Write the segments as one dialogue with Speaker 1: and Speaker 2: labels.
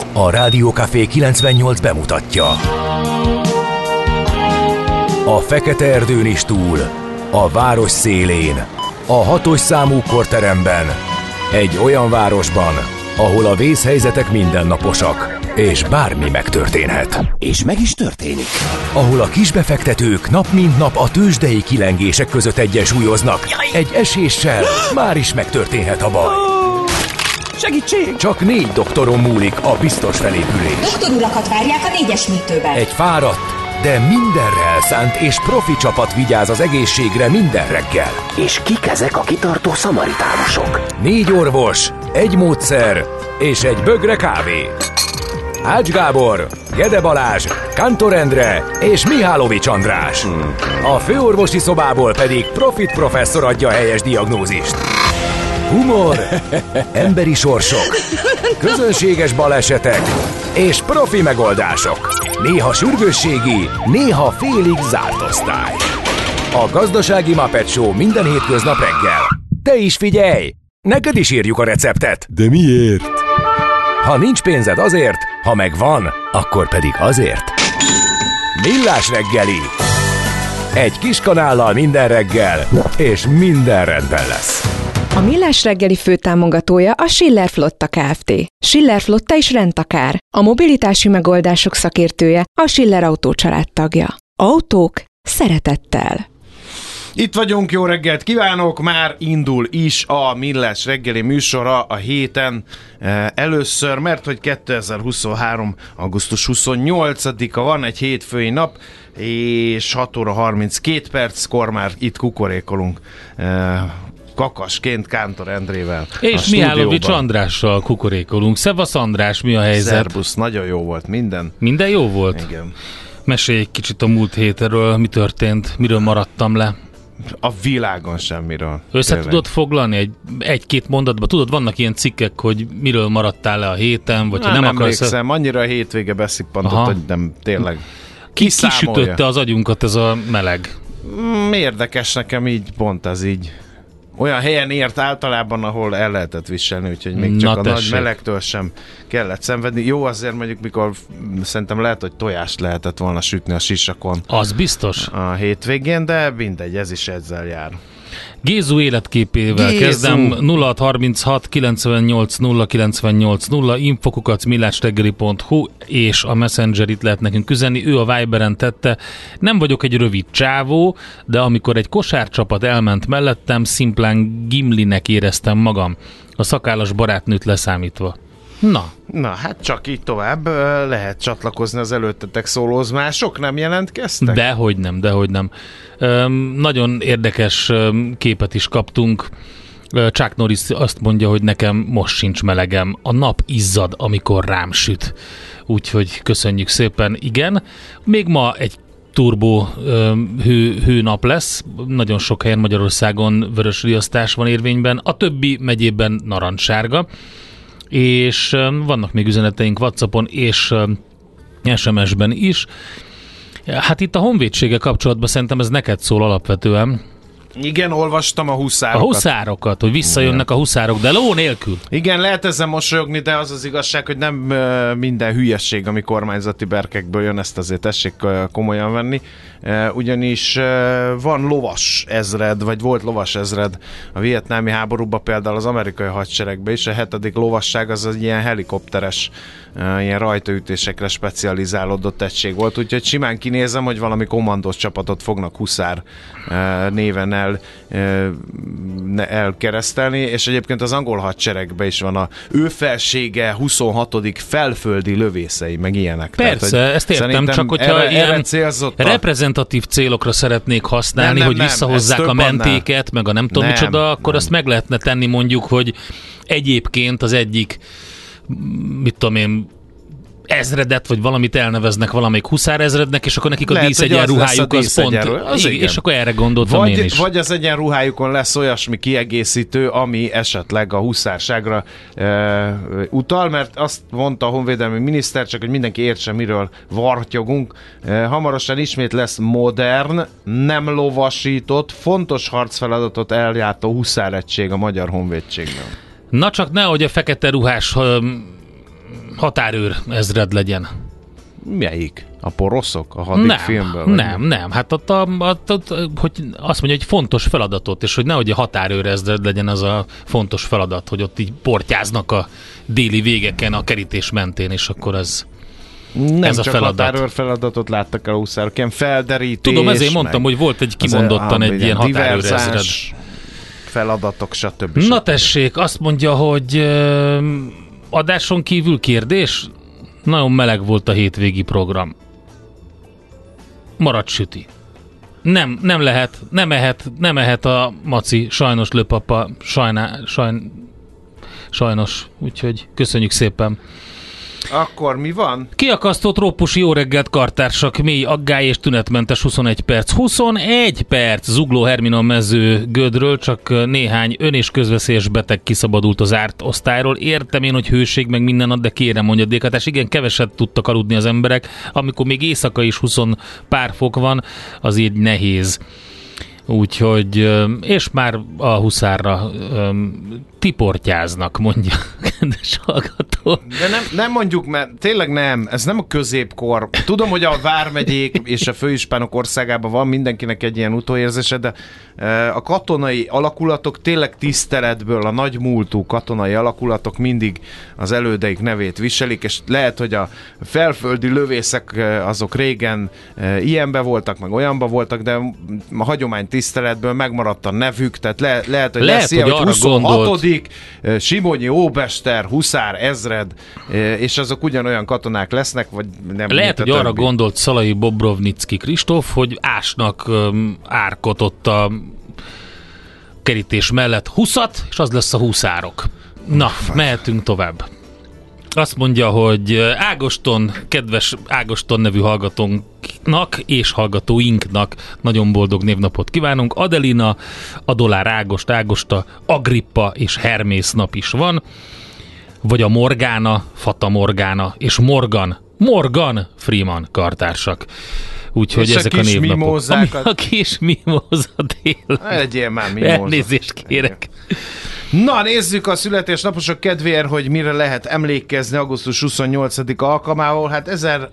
Speaker 1: A Rádió Café 98 bemutatja. A fekete erdőn is túl, a város szélén, a 6. számú korteremben, egy olyan városban, ahol a vészhelyzetek mindennaposak, és bármi megtörténhet.
Speaker 2: És meg is történik.
Speaker 1: Ahol a kisbefektetők nap mint nap a tőzsdei kilengések között egyensúlyoznak. Egy eséssel már is megtörténhet a baj.
Speaker 3: Segítség!
Speaker 1: Csak 4 doktoron múlik a biztos felépülés.
Speaker 4: Doktor urakat várják a 4-es műtőben.
Speaker 1: Egy fáradt, de mindenre elszánt és profi csapat vigyáz az egészségre minden reggel.
Speaker 2: És kik ezek a kitartó szamaritánusok?
Speaker 1: 4 orvos, egy módszer és egy bögre kávé. Ács Gábor, Gede Balázs, Kántor Endre és Mihálovics András. A főorvosi szobából pedig Profit professzor adja a helyes diagnózist. Humor, emberi sorsok, közönséges balesetek és profi megoldások. Néha sürgősségi, néha félig zárt osztály. A Gazdasági Muppet Show minden hétköznap reggel. Te is figyelj! Neked is írjuk a receptet.
Speaker 5: De miért?
Speaker 1: Ha nincs pénzed azért, ha megvan, akkor pedig azért. Millás reggeli. Egy kis kanállal minden reggel, és minden rendben lesz.
Speaker 6: A Millás reggeli főtámogatója a Schiller Flotta Kft. Schiller Flotta is rendtakár. A mobilitási megoldások szakértője, a Schiller Autó család tagja. Autók szeretettel.
Speaker 7: Itt vagyunk, jó reggelt kívánok! Már indul is a Millás reggeli műsora a héten először, mert hogy 2023. augusztus 28-a van, egy hétfői nap, és 6 óra 32 perckor már itt kukorékolunk kakasként Kántor Endrével.
Speaker 8: És Mihálovics Andrással kukorékolunk. Szevasz András, mi a helyzet?
Speaker 7: Szerbusz, nagyon jó volt minden.
Speaker 8: Minden jó volt?
Speaker 7: Igen.
Speaker 8: Mesélj egy kicsit a múlt hétről, mi történt, miről maradtam le?
Speaker 7: A világon semmiről.
Speaker 8: Össze tudod foglalni egy-két mondatba? Tudod, vannak ilyen cikkek, hogy miről maradtál le a héten, vagy ha nem akarsz...
Speaker 7: emlékszem, annyira a hétvége beszippantott, hogy nem, tényleg.
Speaker 8: Kisütötte az agyunkat ez a meleg?
Speaker 7: Érdekes nekem így, pont ez így. Olyan helyen ért általában, ahol el lehetett viselni, úgyhogy még csak a nagy melegtől sem kellett szenvedni. Jó, azért mondjuk, mikor szerintem lehet, hogy tojást lehetett volna sütni a sisakon.
Speaker 8: Az biztos.
Speaker 7: A hétvégén, de mindegy, ez is ezzel jár.
Speaker 8: Gézu életképével kezdem. 0636 98 0 98 0 infokukat millásreggeli.hu és a Messenger itt lehet nekünk üzenni. Ő a Viberen tette. Nem vagyok egy rövid csávó, de amikor egy kosárcsapat elment mellettem, szimplán Gimlinek éreztem magam. A szakállas barátnőt leszámítva. Na,
Speaker 7: hát csak így tovább lehet csatlakozni az előttetek szólóhoz. Mások nem jelentkeztek?
Speaker 8: Dehogy nem. Nagyon érdekes képet is kaptunk. Chuck Norris azt mondja, hogy nekem most sincs melegem. A nap izzad, amikor rám süt. Úgyhogy köszönjük szépen. Igen, még ma egy turbó hőnap lesz. Nagyon sok helyen Magyarországon vörös riasztás van érvényben. A többi megyében narancssárga. És vannak még üzeneteink WhatsAppon és SMS-ben is. Hát itt a honvédséggel kapcsolatban szerintem ez neked szól alapvetően.
Speaker 7: Igen, olvastam a huszárokat.
Speaker 8: A huszárokat, hogy visszajönnek a huszárok, de ló nélkül.
Speaker 7: Igen, lehet ezzel mosolyogni, de az az igazság, hogy nem minden hülyesség, ami kormányzati berkekből jön, ezt azért tessék komolyan venni. Ugyanis van lovas ezred, vagy volt lovas ezred a vietnámi háborúban, például az amerikai hadseregben is. A 7. lovasság az egy ilyen helikopteres, ilyen rajtaütésekre specializálódott egység volt, úgyhogy simán kinézem, hogy valami kommandós csapatot fognak huszár néven elkeresztelni, és egyébként az angol hadseregben is van ő felsége 26. felföldi lövészei, meg ilyenek.
Speaker 8: Persze, tehát, ezt értem, csak hogyha ilyen reprezentatív célokra szeretnék használni, hogy visszahozzák a mentéket, meg a nem tudom micsoda, akkor azt meg lehetne tenni mondjuk, hogy egyébként az egyik, mit tudom én, ezredet, vagy valamit elneveznek valamelyik huszárezrednek, és akkor nekik a díszegyenruhájuk az pont. És akkor erre gondoltam én is.
Speaker 7: Vagy az egyenruhájukon lesz olyasmi kiegészítő, ami esetleg a huszárságra utal, mert azt mondta a honvédelmi miniszter, csak hogy mindenki értse, miről vartyogunk. Hamarosan ismét lesz modern, nem lovasított, fontos harcfeladatot eljártó huszáregység a Magyar Honvédségben.
Speaker 8: Na csak nehogy a fekete ruhás határőr ezred legyen.
Speaker 7: Melyik? A poroszok? A hadik filmből?
Speaker 8: Nem. Hát ott, hogy azt mondja, hogy fontos feladatot, és hogy nehogy a határőr ezred legyen az a fontos feladat, hogy ott így portyáznak a déli végeken a kerítés mentén, és akkor ez...
Speaker 7: Nem
Speaker 8: ez a
Speaker 7: csak
Speaker 8: feladat.
Speaker 7: határőr feladatot láttak el huszárok, ilyen felderítés.
Speaker 8: Tudom, ezért mondtam, hogy volt egy kimondottan egy ilyen határőr ezred.
Speaker 7: Feladatok, stb.
Speaker 8: Na tessék, azt mondja, hogy adáson kívül kérdés? Nagyon meleg volt a hétvégi program. Maradt süti. Nem ehet a maci, sajnos lőpapa, sajnos, úgyhogy köszönjük szépen.
Speaker 7: Akkor mi van?
Speaker 8: Kiakasztott roppusi jó reggelt, kartársak, mély aggály és tünetmentes 21 perc. 21 perc! Zugló Hermina mező Gödről csak néhány ön- és közveszélyes beteg kiszabadult az árt osztályról. Értem én, hogy hőség meg minden ad, de kérem mondjadékat. És igen, keveset tudtak aludni az emberek, amikor még éjszaka is 20 pár fok van, az így nehéz. Úgyhogy, és már a huszárra tiportyáznak, mondja kedves hallgató.
Speaker 7: De nem mondjuk, mert tényleg nem, ez nem a középkor. Tudom, hogy a vármegyék és a főispánok országában van mindenkinek egy ilyen utóérzése, de a katonai alakulatok tényleg tiszteletből, a nagy múltú katonai alakulatok mindig az elődeik nevét viselik, és lehet, hogy a felföldi lövészek azok régen ilyenbe voltak, meg olyanba voltak, de a hagyomány tiszteletből megmaradt a nevük, tehát lehet, hogy lesz ilyen, hogy 26. Simonyi óbester, huszár, ezred, és azok ugyanolyan katonák lesznek, vagy nem.
Speaker 8: Lehet, hogy arra gondolt Szalai Bobrovnicki Kristóf, hogy ásnak árkot ott a kerítés mellett 20-at, és az lesz a huszárok. Na, mehetünk tovább. Azt mondja, hogy Ágoston, kedves Ágoston nevű hallgatónknak és hallgatóinknak nagyon boldog névnapot kívánunk. Adelina, Adolár Ágost, Ágosta, Agrippa és Hermész nap is van. Vagy a Morgána, Fata Morgána és Morgan Freeman kartársak. Úgyhogy ezek a névnapok. A kis mimóza dél.
Speaker 7: Legyél már mimóza.
Speaker 8: Elnézést kérek.
Speaker 7: Na, nézzük a születésnaposok kedvéért, hogy mire lehet emlékezni augusztus 28. alkalmával. Hát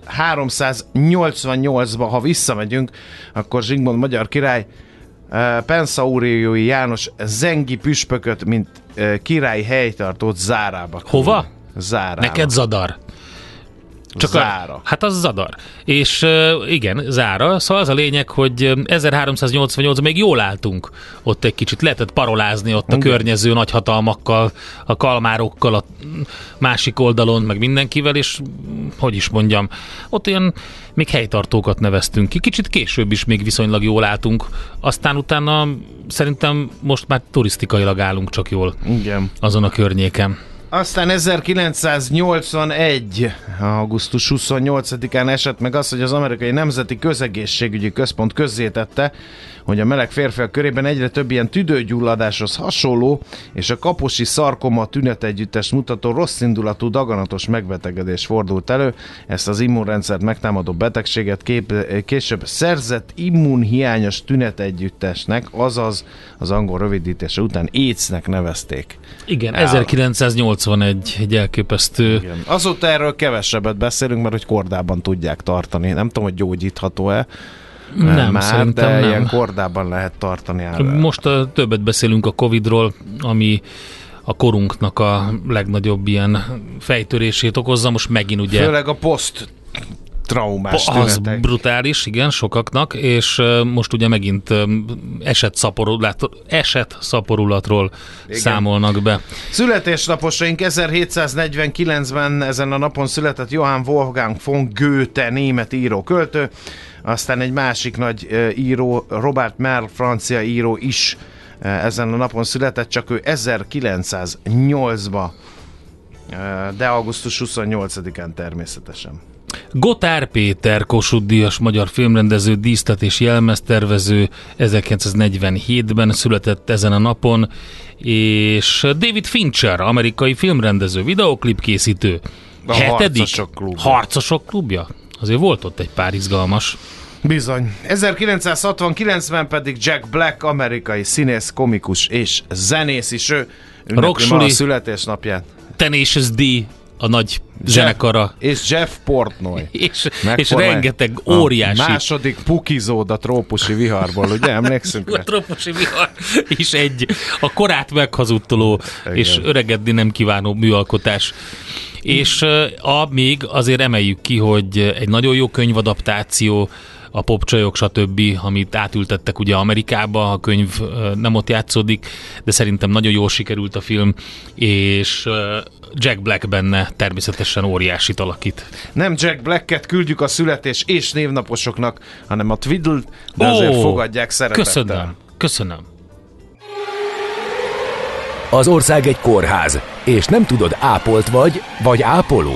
Speaker 7: 1388-ban, ha visszamegyünk, akkor Zsigmond magyar király Pensauriói János zengi püspököt, mint királyi helytartót Zárába.
Speaker 8: Hova?
Speaker 7: Zárába.
Speaker 8: Neked Zadar. Csak
Speaker 7: Zára.
Speaker 8: Hát az Zadar. És igen, Zára. Szóval az a lényeg, hogy 1388 még jól álltunk. Ott egy kicsit lehetett parolázni ott a környező nagyhatalmakkal, a kalmárokkal, a másik oldalon, meg mindenkivel, és hogy is mondjam, ott ilyen még helytartókat neveztünk ki. Kicsit később is még viszonylag jól álltunk. Aztán utána szerintem most már turisztikailag állunk csak jól.
Speaker 7: Igen.
Speaker 8: Azon a környéken.
Speaker 7: Aztán 1981. augusztus 28-án esett meg az, hogy az Amerikai Nemzeti Közegészségügyi Központ közzétette, hogy a meleg férfiak körében egyre több ilyen tüdőgyulladáshoz hasonló és a kaposi szarkoma tünetegyüttest mutató rosszindulatú daganatos megbetegedés fordult elő. Ezt az immunrendszert megtámadó betegséget később szerzett immunhiányos tünetegyüttesnek, azaz az angol rövidítése után AIDS-nek nevezték.
Speaker 8: Igen, 1981 egy elképesztő.
Speaker 7: Igen. Azóta erről kevesebbet beszélünk, mert hogy kordában tudják tartani. Nem tudom, hogy gyógyítható-e.
Speaker 8: Nem,
Speaker 7: már,
Speaker 8: szerintem
Speaker 7: de
Speaker 8: nem.
Speaker 7: Ilyen kordában lehet tartani.
Speaker 8: Most többet beszélünk a Covid-ról, ami a korunknak a legnagyobb ilyen fejtörését okozza. Most megint ugye...
Speaker 7: Főleg a poszttraumás tünetek.
Speaker 8: Az brutális, igen, sokaknak, és most ugye megint esetszaporulatról számolnak be.
Speaker 7: Születésnaposaink 1749-ben ezen a napon született Johann Wolfgang von Goethe, német író, költő, aztán egy másik nagy író, Robert Merle, francia író is ezen a napon született, csak ő 1908-ba, de augusztus 28-án természetesen.
Speaker 8: Gotár Péter, Kossuth-díjas magyar filmrendező, díszlet és jelmeztervező 1947-ben született ezen a napon, és David Fincher, amerikai filmrendező, videoklip készítő.
Speaker 7: A Harcosok klubja.
Speaker 8: Harcosok klubja? Azért volt ott egy pár izgalmas.
Speaker 7: Bizony. 1969-ben pedig Jack Black, amerikai színész, komikus és zenész is. Ő ünnepli ma a születésnapját.
Speaker 8: Tenacious D a nagy zenekara.
Speaker 7: És Jeff Portnoy.
Speaker 8: és rengeteg óriási.
Speaker 7: A második pukizód a trópusi viharból, ugye? Emlékszünk rá?
Speaker 8: A trópusi vihar is a korát meghazudtoló és öregedni nem kívánó műalkotás. És még azért emeljük ki, hogy egy nagyon jó könyvadaptáció, a popcsajok, stb., amit átültettek ugye Amerikába, a könyv nem ott játszódik, de szerintem nagyon jól sikerült a film, és Jack Black benne természetesen óriásit alakít.
Speaker 7: Nem Jack Blacket küldjük a születés és névnaposoknak, hanem a Twiddle, de azért fogadják szeretettel.
Speaker 8: Köszönöm.
Speaker 1: Az ország egy kórház, és nem tudod, ápolt vagy ápoló.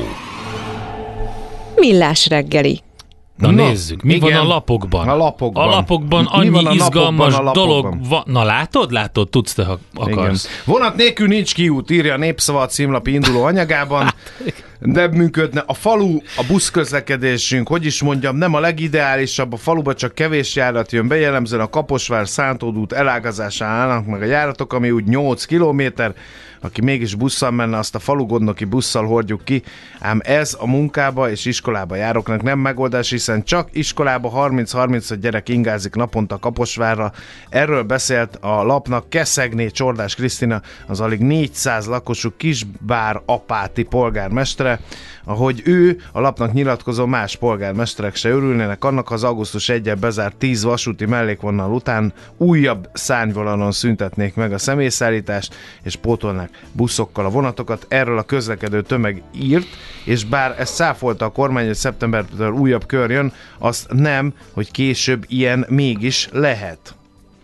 Speaker 6: Millás reggeli.
Speaker 8: Na nézzük, mi van a lapokban?
Speaker 7: A lapokban
Speaker 8: annyi izgalmas dolog van. Na látod, tudsz te, ha akarsz.
Speaker 7: Igen. Vonat nélkül nincs kiút, írja a Népszava címlapí induló anyagában. De működne a falu, a buszközlekedésünk, hogy is mondjam, nem a legideálisabb, a faluba csak kevés járat jön be, jellemzően a Kaposvár Szántód út elágazásán állnak meg a járatok, ami úgy 8 kilométer, aki mégis busszal menne, azt a falugondnoki busszal hordjuk ki, ám ez a munkába és iskolába járóknak nem megoldás, hiszen csak iskolába 30-35 gyerek ingázik naponta Kaposvárra. Erről beszélt a lapnak Keszegné Csordás Krisztina, az alig 400 lakosú Kisbár-Apáti polgármestere, ahogy ő a lapnak nyilatkozó, más polgármesterek se örülnének annak, ha az augusztus 1-el bezárt 10 vasúti mellékvonal után újabb szárnyvonalon szüntetnék meg a személyszállítást, és pótolnák buszokkal a vonatokat. Erről a közlekedő tömeg írt, és bár ezt cáfolta a kormány, hogy szeptembertől újabb kör jön, azt nem, hogy később ilyen mégis lehet.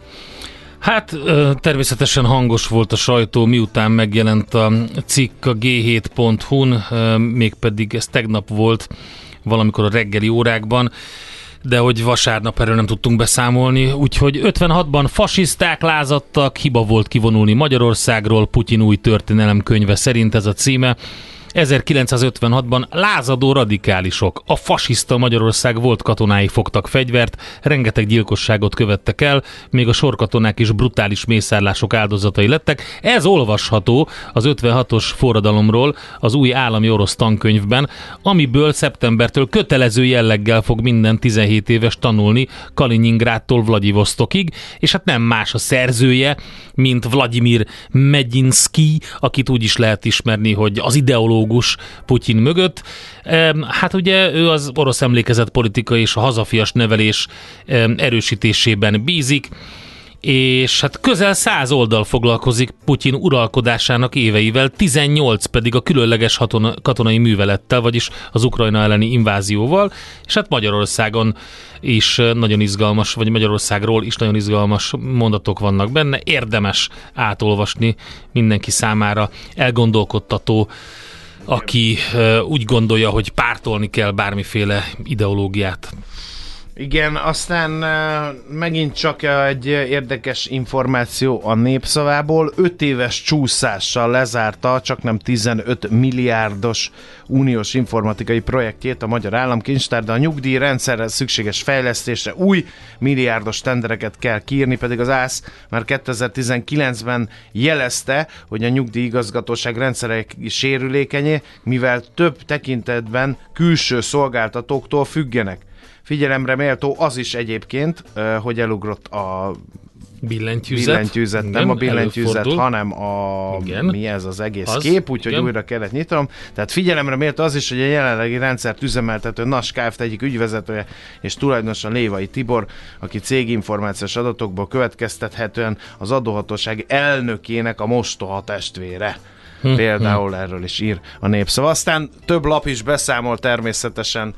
Speaker 8: Hát természetesen hangos volt a sajtó, miután megjelent a cikk a g7.hu-n, mégpedig ez tegnap volt valamikor a reggeli órákban, de hogy vasárnap erről nem tudtunk beszámolni, úgyhogy 56-ban fasiszták lázadtak, hiba volt kivonulni Magyarországról, Putyin új történelemkönyve szerint ez a címe. 1956-ban lázadó radikálisok, a fasiszta Magyarország volt katonái fogtak fegyvert, rengeteg gyilkosságot követtek el, még a sorkatonák is brutális mészárlások áldozatai lettek. Ez olvasható az 56-os forradalomról az új állami orosz tankönyvben, amiből szeptembertől kötelező jelleggel fog minden 17 éves tanulni Kaliningrádtól Vladivostokig, és hát nem más a szerzője, mint Vladimir Medinszky, akit úgy is lehet ismerni, hogy az ideológus Putyin mögött. Hát ugye ő az orosz emlékezet politika és a hazafias nevelés erősítésében bízik, és hát közel 100 oldal foglalkozik Putyin uralkodásának éveivel, 18 pedig a különleges katonai művelettel, vagyis az Ukrajna elleni invázióval, és hát Magyarországon is nagyon izgalmas, vagy Magyarországról is nagyon izgalmas mondatok vannak benne, érdemes átolvasni, mindenki számára elgondolkodtató, aki úgy gondolja, hogy pártolni kell bármiféle ideológiát.
Speaker 7: Igen, aztán megint csak egy érdekes információ a Népszavából. 5 éves csúszással lezárta csaknem 15 milliárdos uniós informatikai projektjét a Magyar Államkincstár, de a nyugdíjrendszerre szükséges fejlesztésre új milliárdos tendereket kell kiírni, pedig az ÁSZ már 2019-ben jelezte, hogy a nyugdíjigazgatóság rendszerek sérülékenyé, mivel több tekintetben külső szolgáltatóktól függenek. Figyelemre méltó az is egyébként, hogy elugrott a billentyűzet, igen, nem a billentyűzet, hanem mi ez az egész kép, úgyhogy újra kellett nyitnom. Tehát figyelemre méltó az is, hogy a jelenlegi rendszert üzemeltető NAS Kft. Egyik ügyvezetője és tulajdonosa Lévai Tibor, aki céginformációs adatokból következtethetően az adóhatóság elnökének a mostoha testvére. Például erről is ír a Népszava. Aztán több lap is beszámol természetesen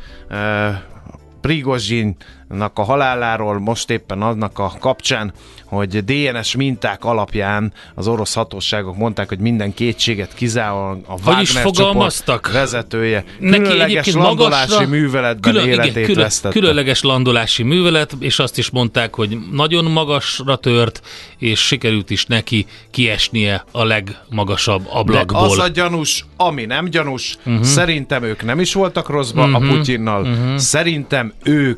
Speaker 7: Prigozsinnak a haláláról, most éppen annak a kapcsán, hogy DNS minták alapján az orosz hatóságok mondták, hogy minden kétséget kizárólag a Wagner csoport vezetője különleges landolási műveletben életét vesztette.
Speaker 8: Különleges landolási művelet, és azt is mondták, hogy nagyon magasra tört, és sikerült is neki kiesnie a legmagasabb ablakból.
Speaker 7: De az a gyanús, ami nem gyanús, szerintem ők nem is voltak rosszba a Putyinnal, szerintem ők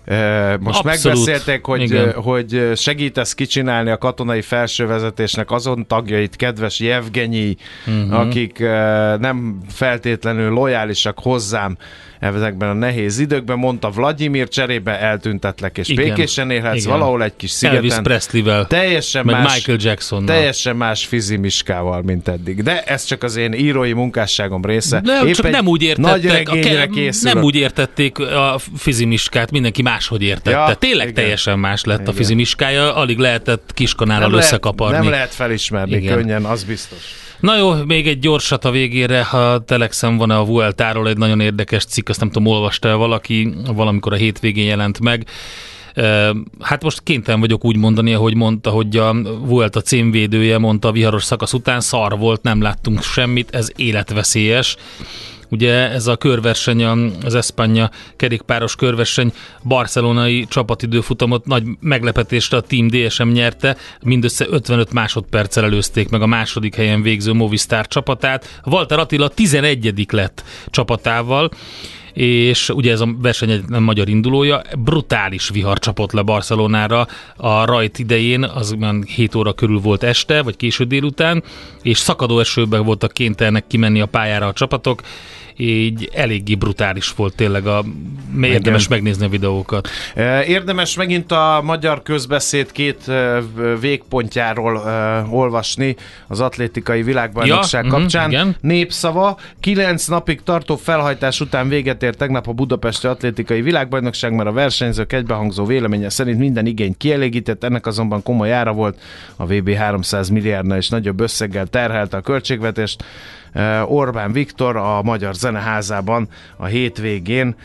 Speaker 7: Most
Speaker 8: Abszolút.
Speaker 7: megbeszélték, hogy segítesz kicsinálni a katonai felsővezetésnek azon tagjait, kedves Jevgenyi, akik nem feltétlenül lojálisak hozzám ezekben a nehéz időkben, mondta Vladimir, cserébe eltüntetlek, és békésen élhetsz valahol egy kis szigeten.
Speaker 8: Elvis Presley-vel,
Speaker 7: teljesen
Speaker 8: meg
Speaker 7: más,
Speaker 8: Michael Jacksonnal.
Speaker 7: teljesen más fizimiskával, mint eddig. De ez csak az én írói munkásságom része.
Speaker 8: Nem, csak nem úgy értettek, nem úgy értették a fizimiskát, mindenki máshogy értette.
Speaker 7: Ja,
Speaker 8: tényleg
Speaker 7: igen.
Speaker 8: teljesen más lett
Speaker 7: Igen.
Speaker 8: a fizimiskája, alig lehetett kiskanállal összekaparni.
Speaker 7: Nem lehet felismerni könnyen, az biztos.
Speaker 8: Na jó, még egy gyorsat a végére, ha Telexen van a Vueltáról egy nagyon érdekes cikk, azt nem tudom, olvasta valaki, valamikor a hétvégén jelent meg. Hát most kénytelen vagyok úgy mondani, ahogy mondta, hogy a Vuelta címvédője mondta a viharos szakasz után, szar volt, nem láttunk semmit, ez életveszélyes. Ugye ez a körverseny, az Espanya kerékpáros körverseny barcelonai csapatidőfutamot nagy meglepetésre a Team DSM nyerte, mindössze 55 másodperccel előzték meg a második helyen végző Movistar csapatát. Walter Attila 11. lett csapatával, és ugye ez a verseny egy magyar indulója, brutális vihar csapott le Barcelonára a rajt idején, az 7 óra körül volt este, vagy késő délután, és szakadó esőben voltak kénytelenek kimenni a pályára a csapatok, így eléggé brutális volt tényleg, érdemes megnézni a videókat.
Speaker 7: Érdemes megint a magyar közbeszéd két végpontjáról olvasni az atlétikai világbajnokság kapcsán. Igen. Népszava, 9 napig tartó felhajtás után véget ért tegnap a budapesti atlétikai világbajnokság, mert a versenyzők egybehangzó véleménye szerint minden igényt kielégített, ennek azonban komoly ára volt, a VB 300 milliárdnál és nagyobb összeggel terhelte a költségvetést. Orbán Viktor a Magyar Zeneházában a hétvégén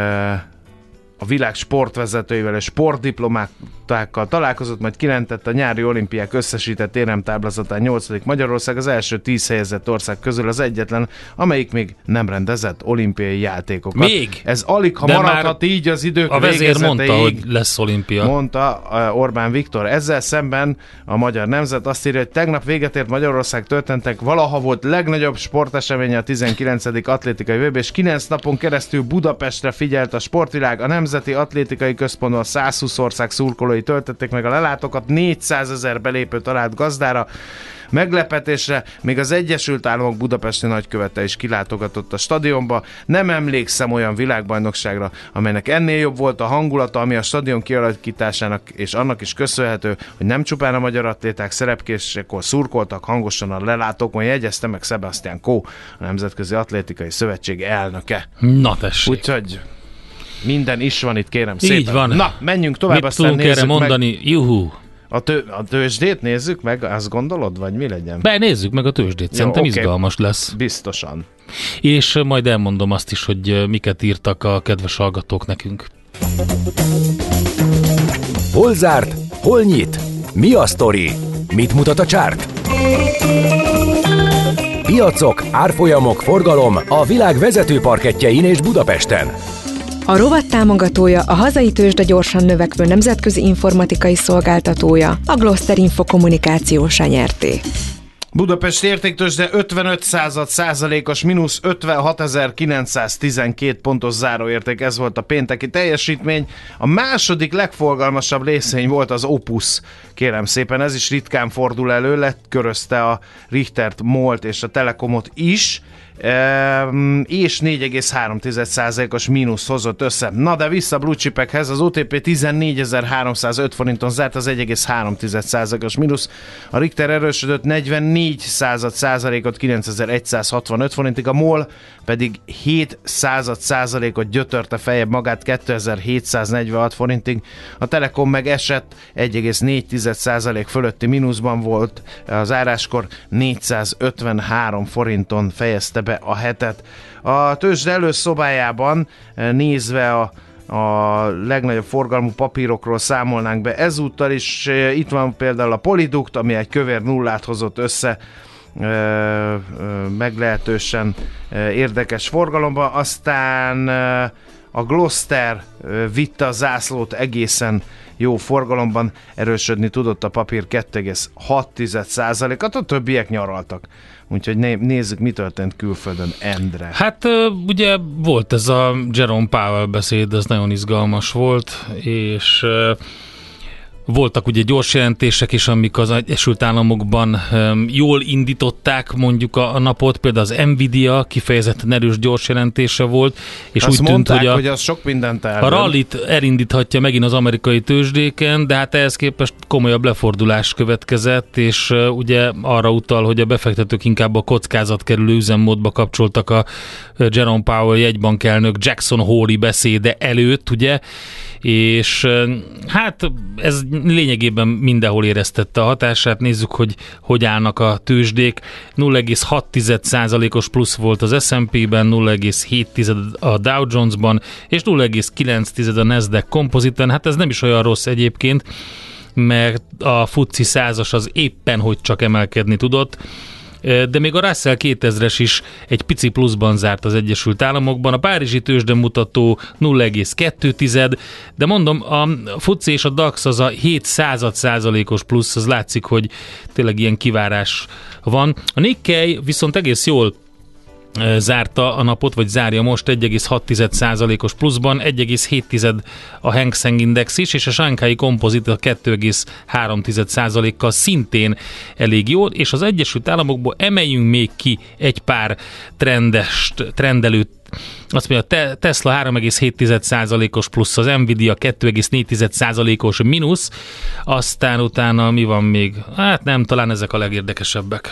Speaker 7: a világ sportvezetőivel és sportdiplomátákkal találkozott, majd kijelentette a nyári olimpiák összesített éremtáblázatán 8. Magyarország, az első 10 helyezett ország közül az egyetlen, amelyik még nem rendezett olimpiai játékokat.
Speaker 8: Még?
Speaker 7: Ez alig, ha maradhat így az idők
Speaker 8: a vezér
Speaker 7: végezeteig,
Speaker 8: mondta, hogy lesz olimpia.
Speaker 7: Mondta Orbán Viktor. Ezzel szemben a Magyar Nemzet azt írja, hogy tegnap véget ért Magyarország történtek valaha volt legnagyobb sporteseménye a 19. atlétikai VB, és 9 napon keresztül Budapestre figyelt a sportvilág. A Nemzeti Atlétikai Központban 120 ország szurkolói töltötték meg a lelátókat, 400 000 belépő talált gazdára. Meglepetésre még az Egyesült Államok budapesti nagykövete is kilátogatott a stadionba. Nem emlékszem olyan világbajnokságra, amelynek ennél jobb volt a hangulata, ami a stadion kialakításának és annak is köszönhető, hogy nem csupán a magyar atléták szerepkésekor szurkoltak hangosan a lelátókon, jegyezte meg Sebastian Coe, a Nemzetközi Atlétikai Szövetség elnöke.
Speaker 8: Na tessék.
Speaker 7: Úgyhogy minden is van itt, kérem szépen.
Speaker 8: Így van.
Speaker 7: Na, menjünk tovább,
Speaker 8: mit
Speaker 7: aztán
Speaker 8: tudunk erre mondani? Meg. Juhú!
Speaker 7: A tőzsdét nézzük meg, azt gondolod, vagy mi legyen?
Speaker 8: Nézzük meg a tőzsdét, szerintem izgalmas lesz.
Speaker 7: Biztosan.
Speaker 8: És majd elmondom azt is, hogy miket írtak a kedves hallgatók nekünk.
Speaker 1: Hol zárt? Hol nyit? Mi a sztori? Mit mutat a csárt? Piacok, árfolyamok, forgalom a világ vezető parkettjein és Budapesten.
Speaker 6: A rovat támogatója a hazai tőzsde gyorsan növekvő nemzetközi informatikai szolgáltatója, a Gloster Info Kommunikációs nyerté.
Speaker 7: Budapest értéktőzsde 55%-os mínusz, 56.912 pontos záróérték, ez volt a pénteki teljesítmény. A második legforgalmasabb részvény volt az Opus, kérem szépen, ez is ritkán fordul elő, lekörözte a Richtert, MOL-t és a Telekomot is, és 4,3%-os mínusz hozott össze. Na de vissza blue chipekhez, az OTP 14.305 forinton zárt, az 1,3%-os mínusz. A Richter erősödött 44%-ot 9.165 forintig, a MOL pedig 7%-ot gyötörte feljebb magát 2.746 forintig. A Telekom meg esett 1,4% fölötti mínuszban volt, az áráskor 453 forinton fejezte be a hetet. A tőzsde előszobájában nézve a legnagyobb forgalmú papírokról számolnánk be ezúttal is. Itt van például a Poliduct, ami egy kövér nullát hozott össze, meglehetősen érdekes forgalomba. Aztán a Gloster vitte a zászlót egészen jó forgalomban, erősödni tudott a papír 2,6%-at, a többiek nyaraltak. Úgyhogy nézzük, mi történt külföldön, Endre.
Speaker 8: Hát ugye volt ez a Jerome Powell beszéd, ez nagyon izgalmas volt, és voltak ugye gyors jelentések is, amik az Egyesült Államokban jól indították mondjuk a napot, például az Nvidia kifejezetten erős gyors jelentése volt, és
Speaker 7: azt
Speaker 8: úgy tűnt,
Speaker 7: mondták,
Speaker 8: hogy
Speaker 7: hogy az sok mindent
Speaker 8: a rallit elindíthatja megint az amerikai tőzsdéken, de hát ehhez képest komolyabb lefordulás következett, és ugye arra utal, hogy a befektetők inkább a kockázatkerülő üzemmódba kapcsoltak a Jerome Powell jegybankelnök Jackson Hole-i beszéde előtt, ugye, és hát ez lényegében mindenhol éreztette a hatását. Nézzük, hogy állnak a tőzsdék. 0,6%-os plusz volt az S&P-ben, 0,7% a Dow Jones-ban, és 0,9% a Nasdaq Composite-en. Hát ez nem is olyan rossz egyébként, mert a FTSE 100-as az éppen hogy csak emelkedni tudott, de még a Russell 2000-es is egy pici pluszban zárt az Egyesült Államokban, a párizsi tőzsdemutató 0,2%, de mondom, a FTSE és a DAX az a 0,07%-os plusz, az látszik, hogy tényleg ilyen kivárás van. A Nikkei viszont egész jól zárta a napot, vagy zárja most 1,6%-os pluszban, 1,7% a Hang Seng Index is, és a Shanghai Composite a 2,3%-kal szintén elég jó, és az Egyesült Államokból emeljünk még ki egy pár trendelőt. Azt mondja, a Tesla 3,7%-os plusz, az Nvidia 2,4%-os mínusz, aztán utána mi van még? Hát nem, talán ezek a legérdekesebbek.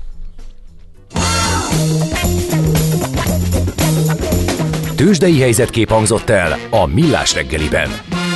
Speaker 1: Tőzsdei helyzetkép hangzott el a Millás reggeliben.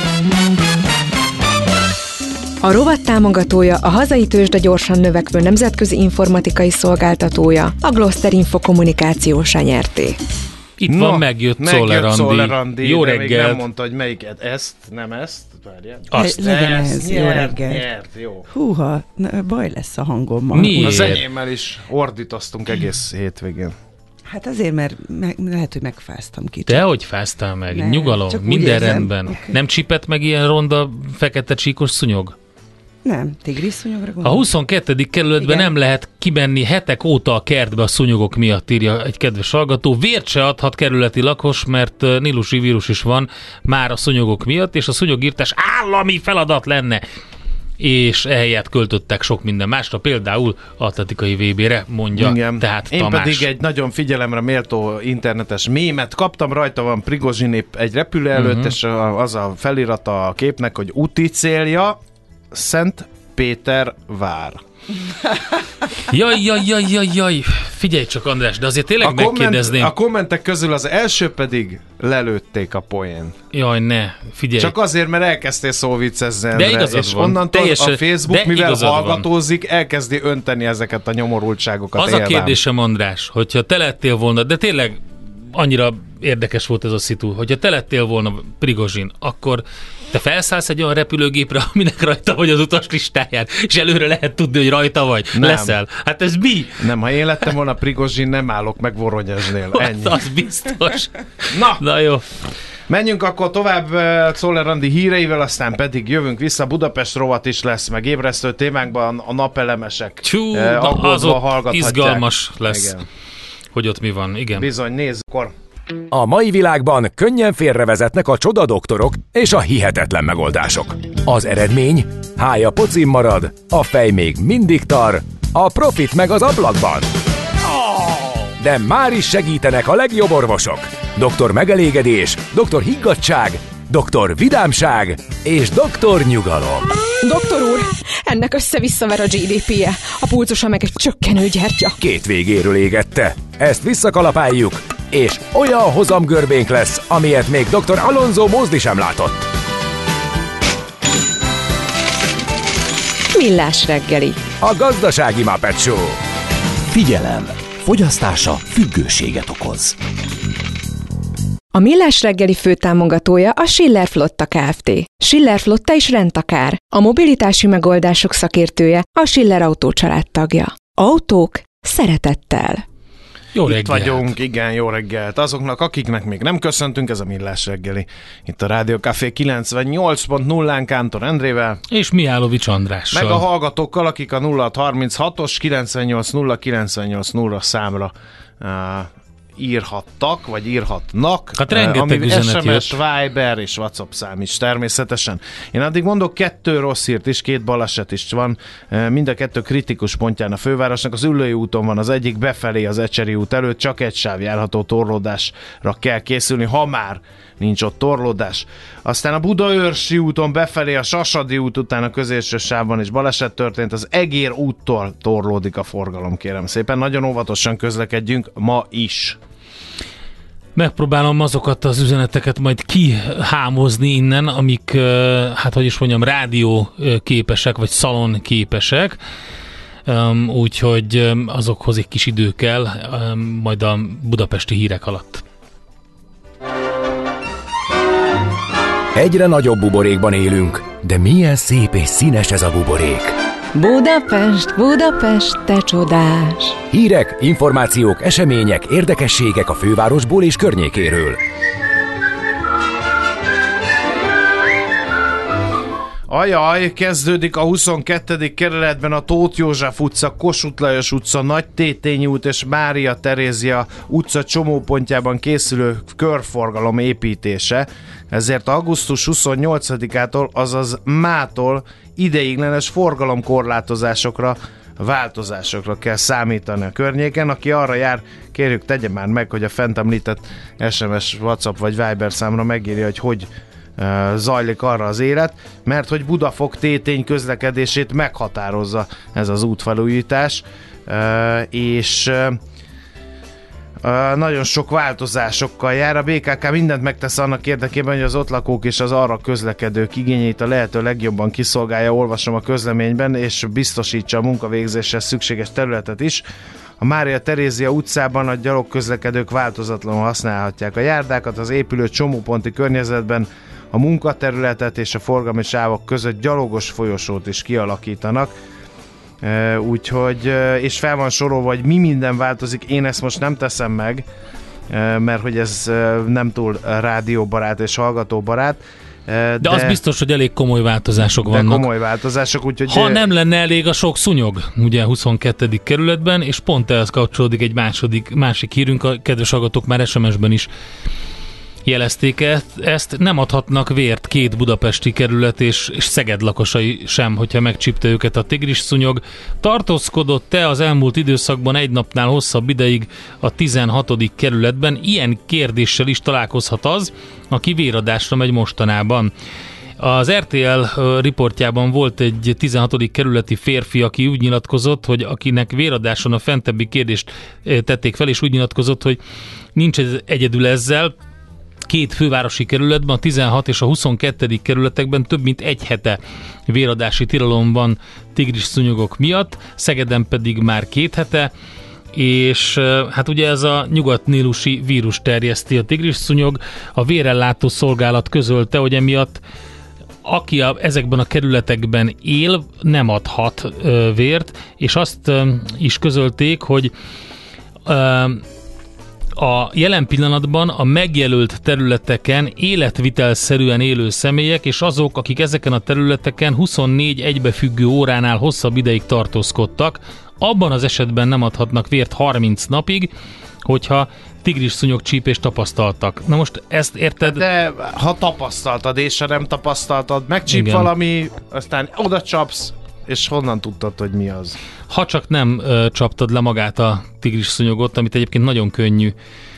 Speaker 6: A rovat támogatója, a hazai tőzsde gyorsan növekvő nemzetközi informatikai szolgáltatója, a Gloster Info Kommunikációs nyerté.
Speaker 8: Itt van, megjött Czoller Andi. Jó reggelt.
Speaker 7: Még nem mondta, hogy melyiket. Ezt, nem ezt?
Speaker 5: Legyen ez. Jó reggelt.
Speaker 7: Nyert, jó.
Speaker 5: Húha, baj lesz a hangommal.
Speaker 8: Miért?
Speaker 7: Az enyémmel is ordítoztunk egész hétvégén.
Speaker 5: Hát azért, mert lehet, hogy megfáztam kicsit.
Speaker 8: Dehogy fáztál meg,
Speaker 5: Ne,
Speaker 8: nyugalom, minden
Speaker 5: érzem.
Speaker 8: rendben. Okay. Nem csípett meg ilyen ronda, fekete csíkos szúnyog?
Speaker 5: Nem, tigrisszúnyogra
Speaker 8: A
Speaker 5: gondolom.
Speaker 8: 22. kerületben nem lehet kimenni hetek óta a kertbe a szúnyogok miatt, írja egy kedves hallgató. Vért se adhat kerületi lakos, mert nílusi vírus is van már a szúnyogok miatt, és a szúnyogírtás állami feladat lenne. És ehelyett költöttek sok minden másra, például atletikai VB-re, mondja.
Speaker 7: Igen.
Speaker 8: Tehát
Speaker 7: Én
Speaker 8: Tamás.
Speaker 7: pedig egy nagyon figyelemre méltó internetes mémet kaptam, rajta van Prigozsin épp egy repülő előtt, és az a felirata a képnek, hogy úti célja Szent Pétervár.
Speaker 8: Jaj, figyelj csak, András, de azért tényleg megkérdezném.
Speaker 7: A kommentek közül az első pedig lelőtték a poént.
Speaker 8: Jaj, ne, figyelj.
Speaker 7: Csak azért, mert elkezdtél szóviccezni,
Speaker 8: De igazad
Speaker 7: és
Speaker 8: van.
Speaker 7: onnantól
Speaker 8: Teljesen,
Speaker 7: a Facebook, mivel
Speaker 8: igazad
Speaker 7: hallgatózik, elkezdi önteni ezeket a nyomorultságokat.
Speaker 8: Az a kérdésem, András, hogyha te lettél volna, de tényleg annyira érdekes volt ez a szitu, hogyha te lettél volna Prigozsin, akkor te felszállsz egy olyan repülőgépre, aminek rajta vagy az utas listáján, és előre lehet tudni, hogy rajta vagy.
Speaker 7: Nem.
Speaker 8: Leszel. Hát ez mi?
Speaker 7: Nem, ha én lettem volna Prigozsin, nem állok meg Voronyezsnél. Ennyi.
Speaker 8: Az biztos.
Speaker 7: Na,
Speaker 8: Jó.
Speaker 7: menjünk akkor tovább Czoller Andi híreivel, aztán pedig jövünk vissza. Budapest rovat is lesz, meg ébresztő témánkban a napelemesek.
Speaker 8: Csú, az ott izgalmas lesz, igen. Hogy ott mi van. Igen.
Speaker 7: Bizony, nézzük.
Speaker 1: A mai világban könnyen félrevezetnek a csodadoktorok és a hihetetlen megoldások. Az eredmény? Hája pocim marad, a fej még mindig tar, a profit meg az ablakban. De már is segítenek a legjobb orvosok. Doktor megelégedés, doktor higgadtság, doktor vidámság és doktor nyugalom.
Speaker 6: Doktor úr, ennek össze-visszaver a GDP-je, a pulcosa meg egy csökkenő gyertya.
Speaker 1: Két végéről égette. Ezt visszakalapáljuk, és olyan hozamgörbénk lesz, amilyet még dr. Alonso Mózdi sem látott.
Speaker 6: Millás reggeli.
Speaker 1: A gazdasági Muppet Show.
Speaker 2: Figyelem! Fogyasztása függőséget okoz.
Speaker 6: A Millás reggeli főtámogatója a Schiller Flotta Kft. Schiller Flotta is rendtakár. A mobilitási megoldások szakértője, a Schiller Autó család tagja. Autók szeretettel.
Speaker 8: Jó
Speaker 7: Itt
Speaker 8: reggelt.
Speaker 7: vagyunk, igen, jó reggelt. Azoknak, akiknek még nem köszöntünk, ez a Millás reggeli. Itt a Rádió Café 98.0-án Kántor Endrével.
Speaker 8: És Mihálovics Andrással.
Speaker 7: Meg a hallgatókkal, akik a 0636-os 98.0 számra írhattak, vagy írhatnak.
Speaker 8: Hát rengeteg üzenet
Speaker 7: SMS,
Speaker 8: jött.
Speaker 7: Viber és WhatsApp szám is természetesen. Én addig mondok 2 rossz hírt is, 2 baleset is van, mind a 2 kritikus pontján a fővárosnak. Az Üllői úton van az egyik, befelé az Ecseri út előtt, csak egy sáv járható, torlódásra kell készülni, ha már nincs ott torlódás. Aztán a Budaörsi úton befelé a Sasadi út után a középső sávban is baleset történt, az Egér úttól torlódik a forgalom, kérem szépen. Nagyon óvatosan közlekedjünk ma is.
Speaker 8: Megpróbálom azokat az üzeneteket majd kihámozni innen, amik, hát hogy is mondjam, rádió képesek, vagy szalon képesek. Úgyhogy azokhoz egy kis idő kell, majd a budapesti hírek alatt.
Speaker 1: Egyre nagyobb buborékban élünk, de milyen szép és színes ez a buborék.
Speaker 6: Budapest, Budapest, te csodás!
Speaker 1: Hírek, információk, események, érdekességek a fővárosból és környékéről.
Speaker 7: Ajaj, kezdődik a 22. kerületben a Tóth József utca, Kossuth Lajos utca, Nagy Tétényi út és Mária Terézia utca csomópontjában készülő körforgalom építése. Ezért augusztus 28-ától, azaz mától ideiglenes forgalomkorlátozásokra, változásokra kell számítani a környéken. Aki arra jár, kérjük, tegye már meg, hogy a fent említett SMS, WhatsApp vagy Viber számra megírja, hogy zajlik arra az élet, mert hogy Budafok Tétény közlekedését meghatározza ez az útfelújítás, és nagyon sok változásokkal jár. A BKK mindent megtesz annak érdekében, hogy az ott lakók és az arra közlekedők igényeit a lehető legjobban kiszolgálja, olvasom a közleményben, és biztosítsa a munkavégzéshez szükséges területet is. A Mária Terézia utcában a gyalogközlekedők változatlanul használhatják a járdákat, az épülő csomóponti környezetben a munkaterületet és a forgalmi sávok között gyalogos folyosót is kialakítanak. Úgyhogy, és fel van sorolva, hogy mi minden változik, én ezt most nem teszem meg, mert hogy ez nem túl rádióbarát és hallgatóbarát.
Speaker 8: De az biztos, hogy elég komoly változások vannak.
Speaker 7: Komoly változások, úgyhogy...
Speaker 8: Ha nem lenne elég a sok szúnyog, ugye 22. kerületben, és pont ehhez kapcsolódik egy másik hírünk, a kedves hallgatók már SMS-ben is jelezték ezt, nem adhatnak vért 2 budapesti kerület és Szeged lakosai sem, hogyha megcsípte őket a tigris szúnyog. Tartózkodott-e az elmúlt időszakban egy napnál hosszabb ideig a 16. kerületben? Ilyen kérdéssel is találkozhat az, aki véradásra megy mostanában. Az RTL riportjában volt egy 16. kerületi férfi, aki úgy nyilatkozott, hogy akinek véradáson a fentebbi kérdést tették fel, és úgy nyilatkozott, hogy nincs egyedül ezzel. 2 fővárosi kerületben, a 16 és a 22. kerületekben több mint egy hete véradási tilalom van tigris szúnyogok miatt, Szegeden pedig már 2 hete, és hát ugye ez a nyugatnílusi vírus terjeszti a tigris szúnyog. A vérellátó szolgálat közölte, hogy emiatt aki ezekben a kerületekben él, nem adhat vért, és azt is közölték, hogy a jelen pillanatban a megjelölt területeken életvitelszerűen élő személyek és azok, akik ezeken a területeken 24 egybefüggő óránál hosszabb ideig tartózkodtak, abban az esetben nem adhatnak vért 30 napig, hogyha tigris szúnyogcsípést tapasztaltak. Na most ezt érted?
Speaker 7: De ha tapasztaltad, és ha nem tapasztaltad, megcsíp
Speaker 8: Igen.
Speaker 7: valami, aztán oda csapsz, és honnan tudtad, hogy mi az?
Speaker 8: Ha csak nem csaptad le magát a tigris szúnyogot, amit egyébként nagyon könnyű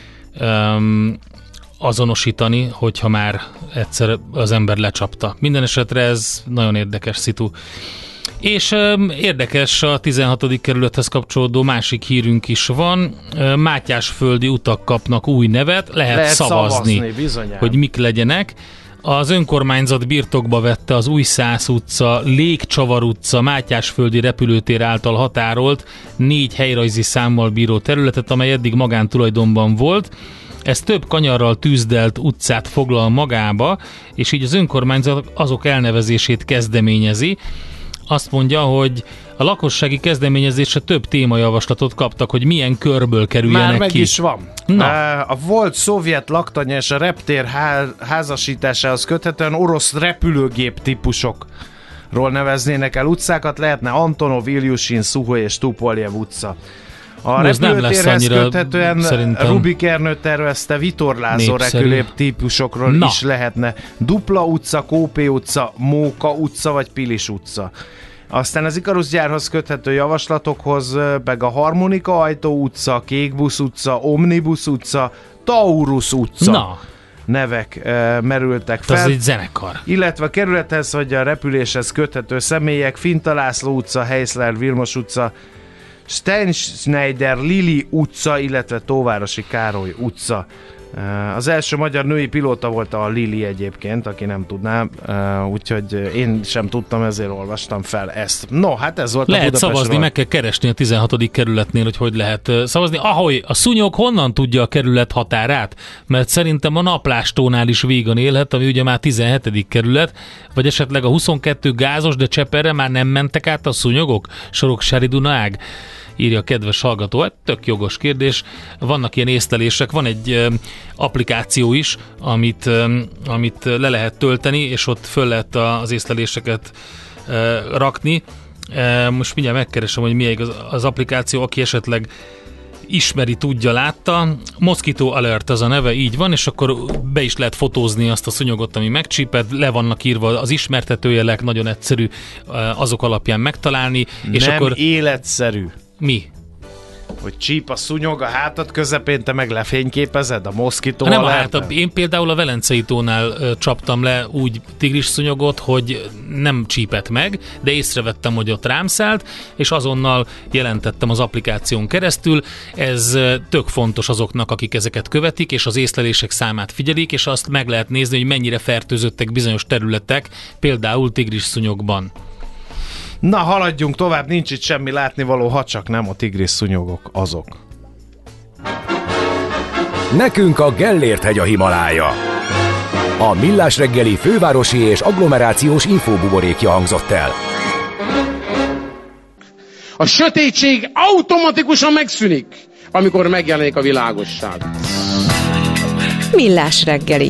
Speaker 8: azonosítani, hogyha már egyszer az ember lecsapta. Minden esetre ez nagyon érdekes szitu. És érdekes, a 16. kerülethez kapcsolódó másik hírünk is van. Mátyásföldi utak kapnak új nevet, lehet szavazni hogy mik legyenek. Az önkormányzat birtokba vette az Újszász utca, Légcsavar utca, Mátyásföldi repülőtér által határolt 4 helyrajzi számmal bíró területet, amely eddig magántulajdonban volt. Ez több kanyarral tűzdelt utcát foglal magába, és így az önkormányzat azok elnevezését kezdeményezi. Azt mondja, hogy A lakossági kezdeményezésre több témajavaslatot kaptak, hogy milyen körből kerüljenek
Speaker 7: Már meg
Speaker 8: ki.
Speaker 7: is van.
Speaker 8: Na.
Speaker 7: A volt szovjet laktanya és a reptér házasításához köthetően orosz repülőgép típusokról neveznének el utcákat, lehetne Antonov, Ilyushin, Szuhoj és Tupoljev utca. A repülőtérhez köthetően
Speaker 8: szerintem
Speaker 7: Rubik Ernő tervezte vitorlázó repülőgép típusokról is lehetne Dupla utca, Kópé utca, Móka utca vagy Pilis utca. Aztán az Ikarus gyárhoz köthető javaslatokhoz meg a Harmonika Ajtó utca, Kékbusz utca, Omnibus utca, Taurus utca nevek merültek fel.
Speaker 8: Ez egy zenekar.
Speaker 7: Illetve a kerülethez, vagy a repüléshez köthető személyek: Finta László utca, Heisler Vilmos utca, Steinschneider Lili utca, illetve Tóvárosi Károly utca. Az első magyar női pilóta volt a Lili egyébként, aki nem tudná, úgyhogy én sem tudtam, ezért olvastam fel ezt. No, hát ez volt
Speaker 8: lehet
Speaker 7: a Budapestről.
Speaker 8: szavazni, meg kell keresni a 16. kerületnél, hogy lehet szavazni. Ahogy a szúnyog honnan tudja a kerület határát? Mert szerintem a Naplástónál is vígan élhet, ami ugye már 17. kerület, vagy esetleg a 22 Gázos, de Cseperre már nem mentek át a szúnyogok? Soroksári-Dunaág? Írja a kedves hallgató. Hát tök jogos kérdés. Vannak ilyen észlelések, van egy applikáció is, amit le lehet tölteni, és ott föl lehet az észleléseket rakni. Most mindjárt megkeresem, hogy mi az applikáció, aki esetleg ismeri, tudja, látta. Mosquito Alert az a neve, így van, és akkor be is lehet fotózni azt a szúnyogot, ami megcsíped, le vannak írva az ismertetőjelek, nagyon egyszerű azok alapján megtalálni. És
Speaker 7: nem
Speaker 8: akkor
Speaker 7: életszerű.
Speaker 8: Mi?
Speaker 7: Hogy csíp a szúnyog a hátad közepén, te meg lefényképezed a Mosquito
Speaker 8: Nem,
Speaker 7: Alerten?
Speaker 8: hát én például a Velencei tónál csaptam le úgy tigris szúnyogot, hogy nem csípett meg, de észrevettem, hogy ott rám szállt, és azonnal jelentettem az applikáción keresztül. Ez tök fontos azoknak, akik ezeket követik, és az észlelések számát figyelik, és azt meg lehet nézni, hogy mennyire fertőzöttek bizonyos területek, például tigris szúnyogban.
Speaker 7: Na, haladjunk tovább, nincs itt semmi látnivaló, ha csak nem a tigris szúnyogok azok.
Speaker 1: Nekünk a Gellért-hegy a Himalája. A Millás reggeli fővárosi és agglomerációs infóbuborékja hangzott el.
Speaker 9: A sötétség automatikusan megszűnik, amikor megjelenik a világosság.
Speaker 6: Millás reggeli.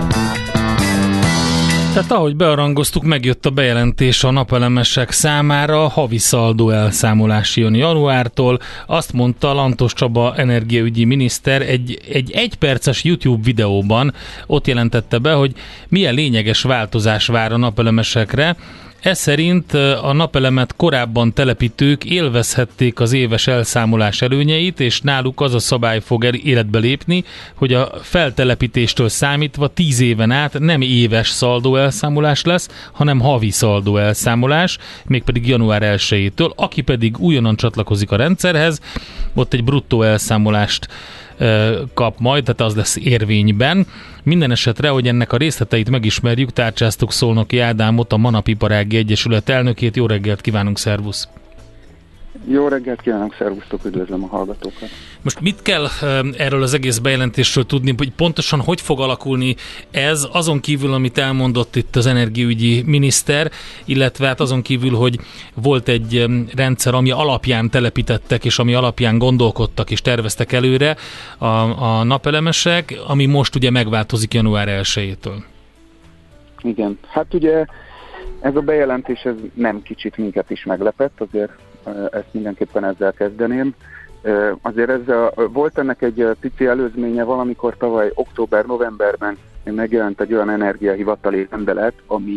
Speaker 8: Tehát ahogy bearangoztuk, megjött a bejelentés a napelemesek számára, havi szaldó elszámolás jön januártól. Azt mondta Lantos Csaba energiaügyi miniszter egy egyperces YouTube videóban, ott jelentette be, hogy milyen lényeges változás vár a napelemesekre. Ez szerint a napelemet korábban telepítők élvezhették az éves elszámolás előnyeit, és náluk az a szabály fog életbe lépni, hogy a feltelepítéstől számítva 10 éven át nem éves szaldó elszámolás lesz, hanem havi szaldó elszámolás, mégpedig január 1-től. Aki pedig újonnan csatlakozik a rendszerhez, ott egy bruttó elszámolást kap majd, tehát az lesz érvényben. Minden esetre, hogy ennek a részleteit megismerjük, tárcsáztuk Szolnoki Ádámot, a Manapiparági Egyesület elnökét. Jó reggelt kívánunk, szervusz!
Speaker 10: Jó reggelt kívánok, szervusztok, üdvözlöm a hallgatókat!
Speaker 8: Most mit kell erről az egész bejelentésről tudni, hogy pontosan hogy fog alakulni ez, azon kívül, amit elmondott itt az energiaügyi miniszter, illetve hát azon kívül, hogy volt egy rendszer, ami alapján telepítettek, és ami alapján gondolkodtak és terveztek előre a napelemesek, ami most ugye megváltozik január 1-től.
Speaker 10: Igen, hát ugye ez a bejelentés ez nem kicsit minket is meglepett, azért ezt mindenképpen ezzel kezdeném. Azért volt ennek egy pici előzménye, valamikor tavaly október-novemberben megjelent egy olyan energiahivatali rendelet,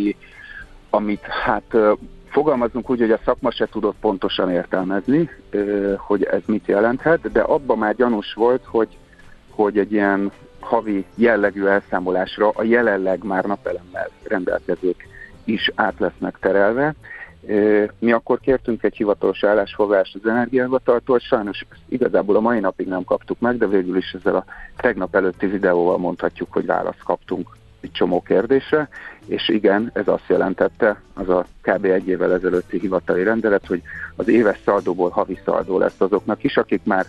Speaker 10: amit hát fogalmazunk úgy, hogy a szakma se tudott pontosan értelmezni, hogy ez mit jelenthet, de abban már gyanús volt, hogy egy ilyen havi jellegű elszámolásra a jelenleg már napelemmel rendelkezők is át lesznek terelve. Mi akkor kértünk egy hivatalos állásfoglalást az Energiahivataltól, sajnos igazából a mai napig nem kaptuk meg, de végül is ezzel a tegnap előtti videóval mondhatjuk, hogy választ kaptunk egy csomó kérdésre, és igen, ez azt jelentette, az a kb. 1 évvel ezelőtti hivatali rendelet, hogy az éves szaldóból havi szaldó lesz azoknak is, akik már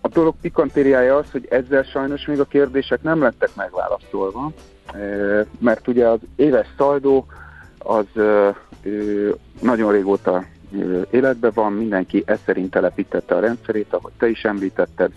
Speaker 10: A dolog pikantériája az, hogy ezzel sajnos még a kérdések nem lettek megválaszolva, mert ugye az éves szaldó az nagyon régóta életben van, mindenki ez szerint telepítette a rendszerét, ahogy te is említetted,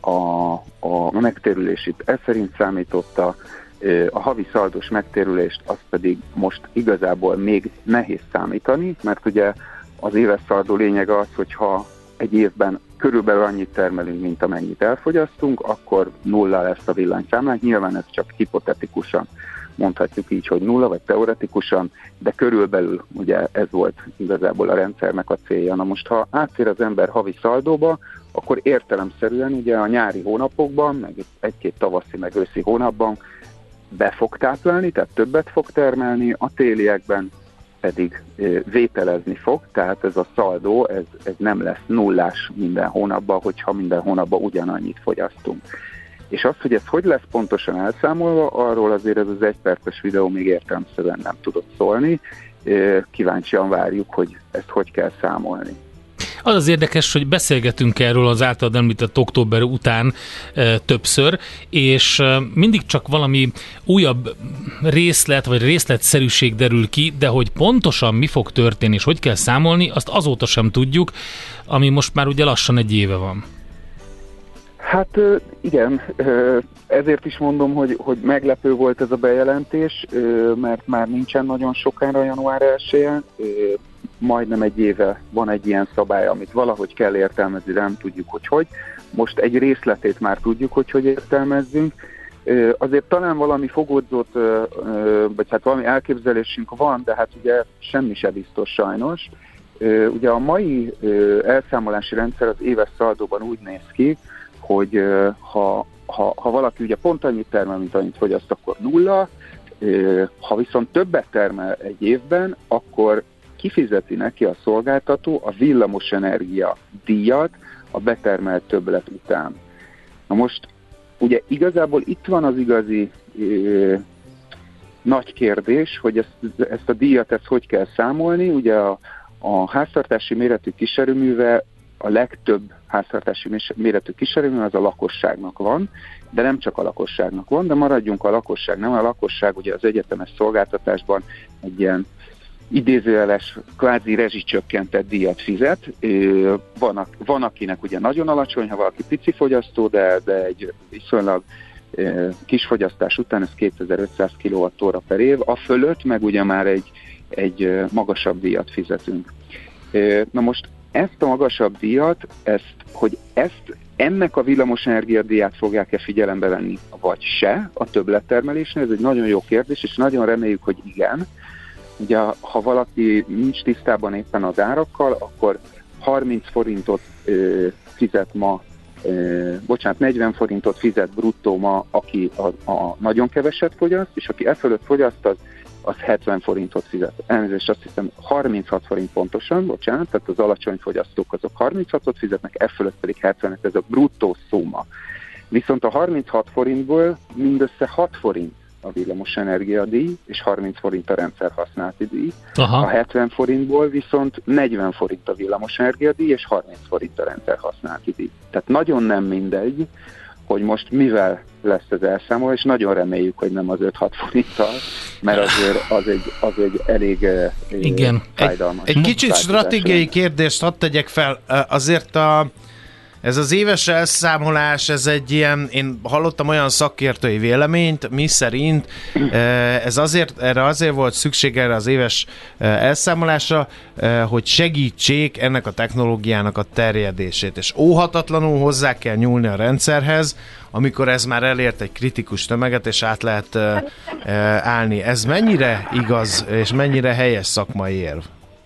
Speaker 10: a megtérülését ez szerint számította, a havi szaldós megtérülést azt pedig most igazából még nehéz számítani, mert ugye az éves szaldó lényege az, hogyha egy évben körülbelül annyit termelünk, mint amennyit elfogyasztunk, akkor nulla lesz a villanyszámlánk. Nyilván ez csak hipotetikusan mondhatjuk így, hogy nulla, vagy teoretikusan, de körülbelül ugye ez volt igazából a rendszernek a célja. Na most, ha áttér az ember havi szaldóba, akkor értelemszerűen ugye a nyári hónapokban, meg egy-két tavaszi, meg őszi hónapban be fog táplálni, tehát többet fog termelni, a téliekben pedig vételezni fog, tehát ez a szaldó, ez nem lesz nullás minden hónapban, hogyha minden hónapban ugyanannyit fogyasztunk. És az, hogy ez hogy lesz pontosan elszámolva, arról azért ez az 1 perces videó még értelemszerűen nem tudott szólni. Kíváncsian várjuk, hogy ezt hogy kell számolni.
Speaker 8: Az az érdekes, hogy beszélgetünk erről az általad említett október után többször, és mindig csak valami újabb részlet, vagy részletszerűség derül ki, de hogy pontosan mi fog történni, és hogy kell számolni, azt azóta sem tudjuk, ami most már ugye lassan egy éve van.
Speaker 10: Hát igen, ezért is mondom, hogy meglepő volt ez a bejelentés, mert már nincsen nagyon sokára január 1-je, majdnem egy éve van egy ilyen szabály, amit valahogy kell értelmezni, de nem tudjuk, hogy. Most egy részletét már tudjuk, hogy értelmezzünk. Azért talán valami fogódzott, vagy hát valami elképzelésünk van, de hát ugye semmi se biztos sajnos. Ugye a mai elszámolási rendszer az éves szaldóban úgy néz ki, hogy ha valaki ugye pont annyit termel, mint annyit fogyaszt, akkor nulla, ha viszont többet termel egy évben, akkor kifizeti neki a szolgáltató a villamosenergia díjat a betermelt többlet után. Na most ugye igazából itt van az igazi nagy kérdés, hogy ezt a díjat hogy kell számolni. Ugye a háztartási méretű kiserőműve, a legtöbb háztartási méretű kiserőmű az a lakosságnak van, de nem csak a lakosságnak van, de maradjunk a lakosság. Nem a lakosság ugye az egyetemes szolgáltatásban egy ilyen idézőjeles, kvázi rezsicsökkentett díjat fizet. Van, akinek ugye nagyon alacsony, ha valaki pici fogyasztó, de egy viszonylag kis fogyasztás után ez 2500 kWh per év, a fölött meg ugye már egy magasabb díjat fizetünk. Na most ezt a magasabb díjat, ennek a villamosenergia díját fogják-e figyelembe venni, vagy se a többlettermelésnél? Ez egy nagyon jó kérdés, és nagyon reméljük, hogy igen. Ugye, ha valaki nincs tisztában éppen az árakkal, akkor 30 forintot fizet ma, 40 forintot fizet bruttó ma, aki a nagyon keveset fogyaszt, és aki e fölött fogyaszt, az 70 forintot fizet. Elnézést, azt hiszem 36 forint pontosan, tehát az alacsony fogyasztók azok 36-ot fizetnek, e fölött pedig 70-et, ez a bruttó szumma. Viszont a 36 forintból mindössze 6 forint a villamosenergia díj, és 30 forint a rendszerhasználati díj. Aha. A 70 forintból viszont 40 forint a villamosenergia díj, és 30 forint a rendszerhasználati díj. Tehát nagyon nem mindegy, hogy most mivel lesz ez elszámolva, és nagyon reméljük, hogy nem az 5-6 forinttal, mert azért az egy elég fájdalmas.
Speaker 7: Egy kicsit stratégiai kérdést hadd tegyek fel. Azért ez az éves elszámolás, ez egy ilyen, én hallottam olyan szakértői véleményt, mi szerint erre azért volt szükség erre az éves elszámolásra, hogy segítsék ennek a technológiának a terjedését, és óhatatlanul hozzá kell nyúlni a rendszerhez, amikor ez már elért egy kritikus tömeget, és át lehet állni. Ez mennyire igaz, és mennyire helyes szakmai érv?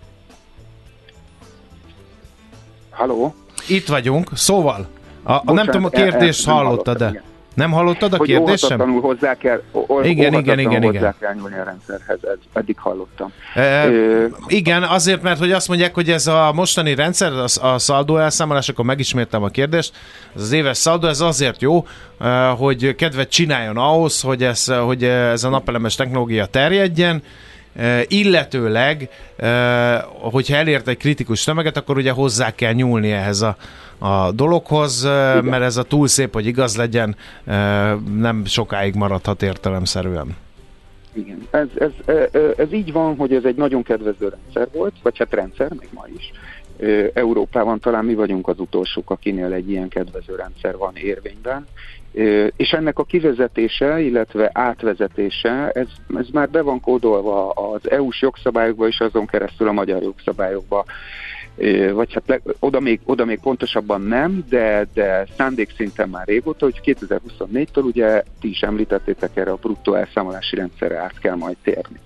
Speaker 10: Halló?
Speaker 7: Itt vagyunk, szóval, nem tudom, a kérdést hallottad, de nem hallottad a kérdést sem?
Speaker 10: Óhatatlanul hozzá kell nyúlni a rendszerhez, eddig hallottam.
Speaker 7: Igen, azért, mert hogy azt mondják, hogy ez a mostani rendszer, a szaldó elszámolás, akkor megismétlem a kérdést, ez az éves szaldó, ez azért jó, hogy kedvet csináljon ahhoz, hogy ez a napelemes technológia terjedjen, illetőleg, hogyha elért egy kritikus tömeget, akkor ugye hozzá kell nyúlni ehhez a dologhoz, mert ez a túl szép, hogy igaz legyen, nem sokáig maradhat értelemszerűen.
Speaker 10: Igen, ez így van, hogy ez egy nagyon kedvező rendszer volt, vagy hát rendszer, még ma is. Európában talán mi vagyunk az utolsók, akinél egy ilyen kedvező rendszer van érvényben. És ennek a kivezetése, illetve átvezetése, ez már be van kódolva az EU-s jogszabályokba és azon keresztül a magyar jogszabályokba. Vagy hát oda még pontosabban nem, de szándékszinten már régóta, hogy 2024-től ugye ti is említettétek, erre a bruttó elszámolási rendszerre át kell majd térni.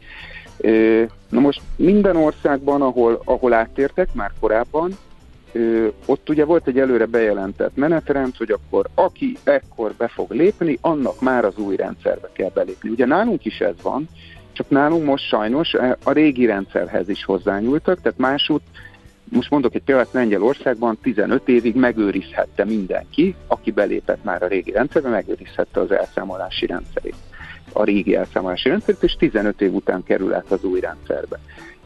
Speaker 10: Na most minden országban, ahol áttértek már korábban, ott ugye volt egy előre bejelentett menetrend, hogy akkor aki ekkor be fog lépni, annak már az új rendszerbe kell belépni. Ugye nálunk is ez van, csak nálunk most sajnos a régi rendszerhez is hozzányúltak, tehát másút, most mondok egy példát, Lengyelországban 15 évig megőrizhette mindenki, aki belépett már a régi rendszerbe, megőrizhette az elszámolási rendszerét. A régi elszámolási rendszert, és 15 év után kerül át az új rendszerbe.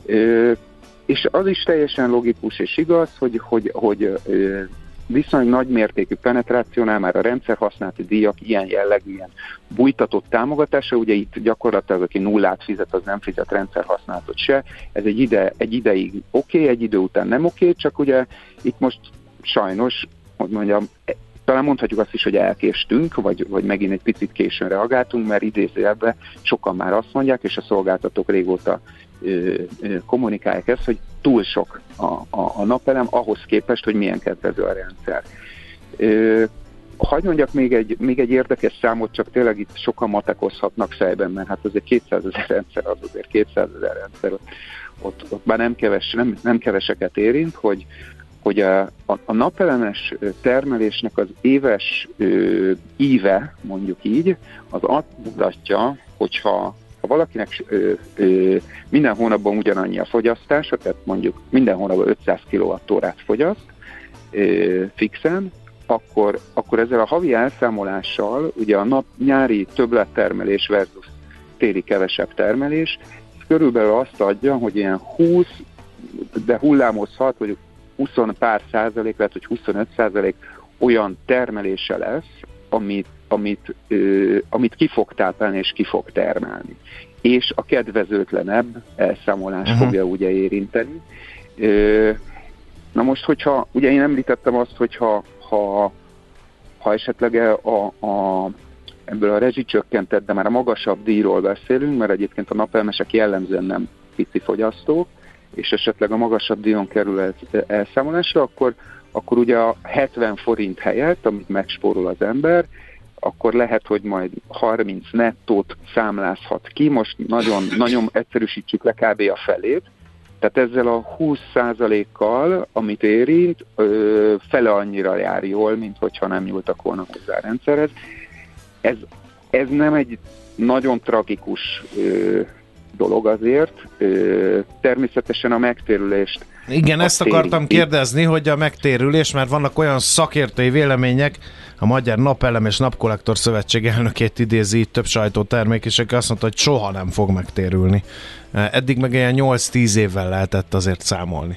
Speaker 10: És az is teljesen logikus és igaz, hogy viszonylag nagy mértékű penetrációnál már a rendszerhasználati díjak ilyen jellegű, ilyen bújtatott támogatása, ugye itt gyakorlatilag aki nullát fizet, az nem fizet rendszerhasználatot se. Ez egy ideig oké, egy idő után nem oké, csak ugye itt most sajnos, hogy mondjam, talán mondhatjuk azt is, hogy elkéstünk, vagy megint egy picit későn reagáltunk, mert idézőjelben sokan már azt mondják, és a szolgáltatók régóta kommunikálják ezt, hogy túl sok a napelem ahhoz képest, hogy milyen kedvező a rendszer. Hadd mondjak még egy érdekes számot, csak tényleg itt sokan matekozhatnak fejben, mert hát azért 200 000 rendszer, az azért 200 000 rendszer, ott már nem keveseket érint, hogy a napelemes termelésnek az éves íve, mondjuk így, az azt mutatja, hogyha valakinek minden hónapban ugyanannyi a fogyasztása, tehát mondjuk minden hónapban 500 kWh fogyaszt fixen, akkor ezzel a havi elszámolással ugye a nyári többlettermelés versus téli kevesebb termelés, körülbelül azt adja, hogy ilyen 20, de hullámozhat, vagy 20 pár százalék, lehet, hogy 25% olyan termelése lesz, amit ki fog táplálni és ki fog termelni. És a kedvezőtlenebb elszámolás fogja ugye érinteni. Na most, hogyha, ugye én említettem azt, hogy ha esetleg ebből a rezsicsökkentett, de már a magasabb díjról beszélünk, mert egyébként a napelemesek jellemzően nem pici fogyasztók, és esetleg a magasabb díjon kerül elszámolásra, akkor ugye a 70 forint helyett, amit megspórol az ember, akkor lehet, hogy majd 30 nettót számlázhat ki, most nagyon, nagyon egyszerűsítsük le kb. A felét, tehát ezzel a 20%-kal, amit érint, fele annyira jár jól, mint hogyha nem nyúltak volna hozzá a rendszerhez. Ez nem egy nagyon tragikus dolog azért, természetesen a megtérülést.
Speaker 7: Igen, ezt akartam kérdezni, hogy a megtérülés, mert vannak olyan szakértői vélemények, a Magyar Napelem és Napkollektor Szövetség elnökét idézi itt több sajtótermék, és aki azt mondta, hogy soha nem fog megtérülni. Eddig meg ilyen 8-10 évvel lehetett azért számolni.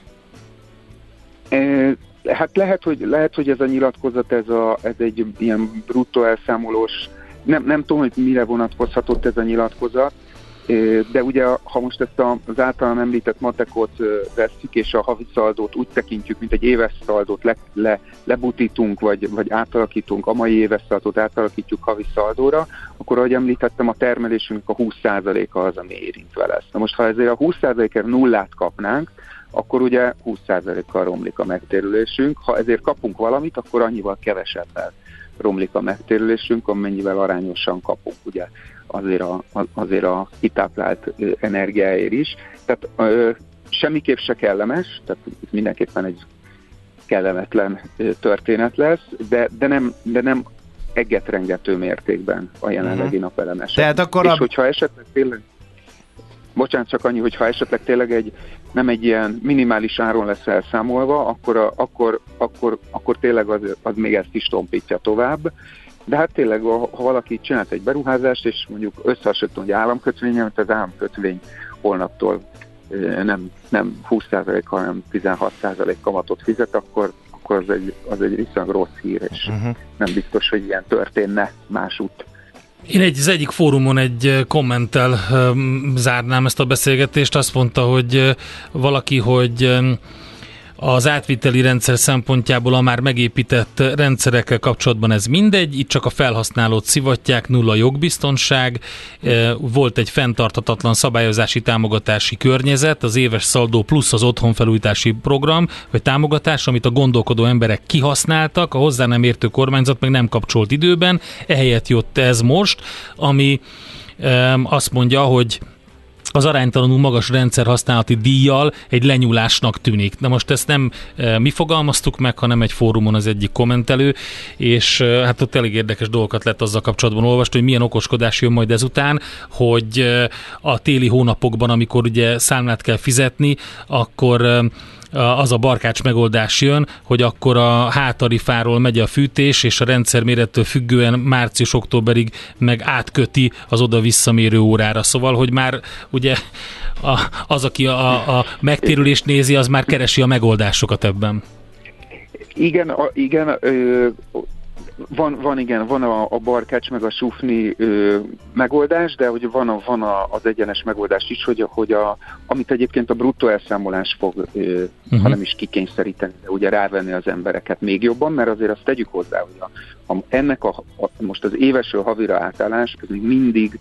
Speaker 10: Hát lehet, hogy ez a nyilatkozat, ez egy ilyen bruttó elszámolós, nem tudom, hogy mire vonatkozhatott ez a nyilatkozat, de ugye, ha most ezt az általam említett matekot vesszük, és a havi szaldót úgy tekintjük, mint egy éves szaldót lebutítunk, vagy átalakítunk, a mai éves szaldót átalakítjuk havi szaldóra, akkor, ahogy említettem, a termelésünknek a 20%-a az, ami érintve lesz. Na most, ha ezért a 20%-ért nullát kapnánk, akkor ugye 20%-kal romlik a megtérülésünk. Ha ezért kapunk valamit, akkor annyival kevesebbel romlik a megtérülésünk, amennyivel arányosan kapunk, ugye azért a kitáplált energiáért is. Tehát semmiképp se kellemes, tehát mindenképpen egy kellemetlen történet lesz, de nem egetrengető mértékben a jelenlegi napelemesek.
Speaker 7: Tehát akkor
Speaker 10: és hogyha esetleg tényleg, bocsánat, csak annyi, hogyha esetleg tényleg nem egy ilyen minimális áron lesz elszámolva, akkor tényleg az még ezt is tompítja tovább. De hát tényleg, ha valaki csinált egy beruházást, és mondjuk összehasonlítom egy államkötvényen, mert az államkötvény holnaptól nem 20%, hanem 16% kamatot fizet, akkor az egy viszonylag rossz hír, és nem biztos, hogy ilyen történne másút.
Speaker 8: Én az egyik fórumon egy kommenttel zárnám ezt a beszélgetést. Azt mondta, hogy valaki, hogy az átviteli rendszer szempontjából a már megépített rendszerekkel kapcsolatban ez mindegy, itt csak a felhasználót szivatják, nulla jogbiztonság, volt egy fenntarthatatlan szabályozási támogatási környezet, az éves szaldó plusz az otthonfelújítási program, vagy támogatás, amit a gondolkodó emberek kihasználtak, a hozzá nem értő kormányzat meg nem kapcsolt időben, ehelyett jött ez most, ami azt mondja, hogy az aránytalanul magas rendszerhasználati díjjal egy lenyúlásnak tűnik. Na most ezt nem mi fogalmaztuk meg, hanem egy fórumon az egyik kommentelő, és hát ott elég érdekes dolgokat lett azzal kapcsolatban olvasni, hogy milyen okoskodás jön majd ezután, hogy a téli hónapokban, amikor ugye számlát kell fizetni, akkor az a barkács megoldás jön, hogy akkor a hátarifáról megy a fűtés, és a rendszer mérettől függően március-októberig meg átköti az oda-visszamérő órára. Szóval, hogy már ugye az, aki a megtérülést nézi, az már keresi a megoldásokat ebben.
Speaker 10: Igen, van a barkács meg a sufni megoldás, de hogy van az egyenes megoldás is, hogy amit egyébként a bruttó elszámolás fog, hanem is kikényszeríteni, de ugye rávenni az embereket még jobban, mert azért azt tegyük hozzá, hogy ennek most az évesről havira átállás, ez még mindig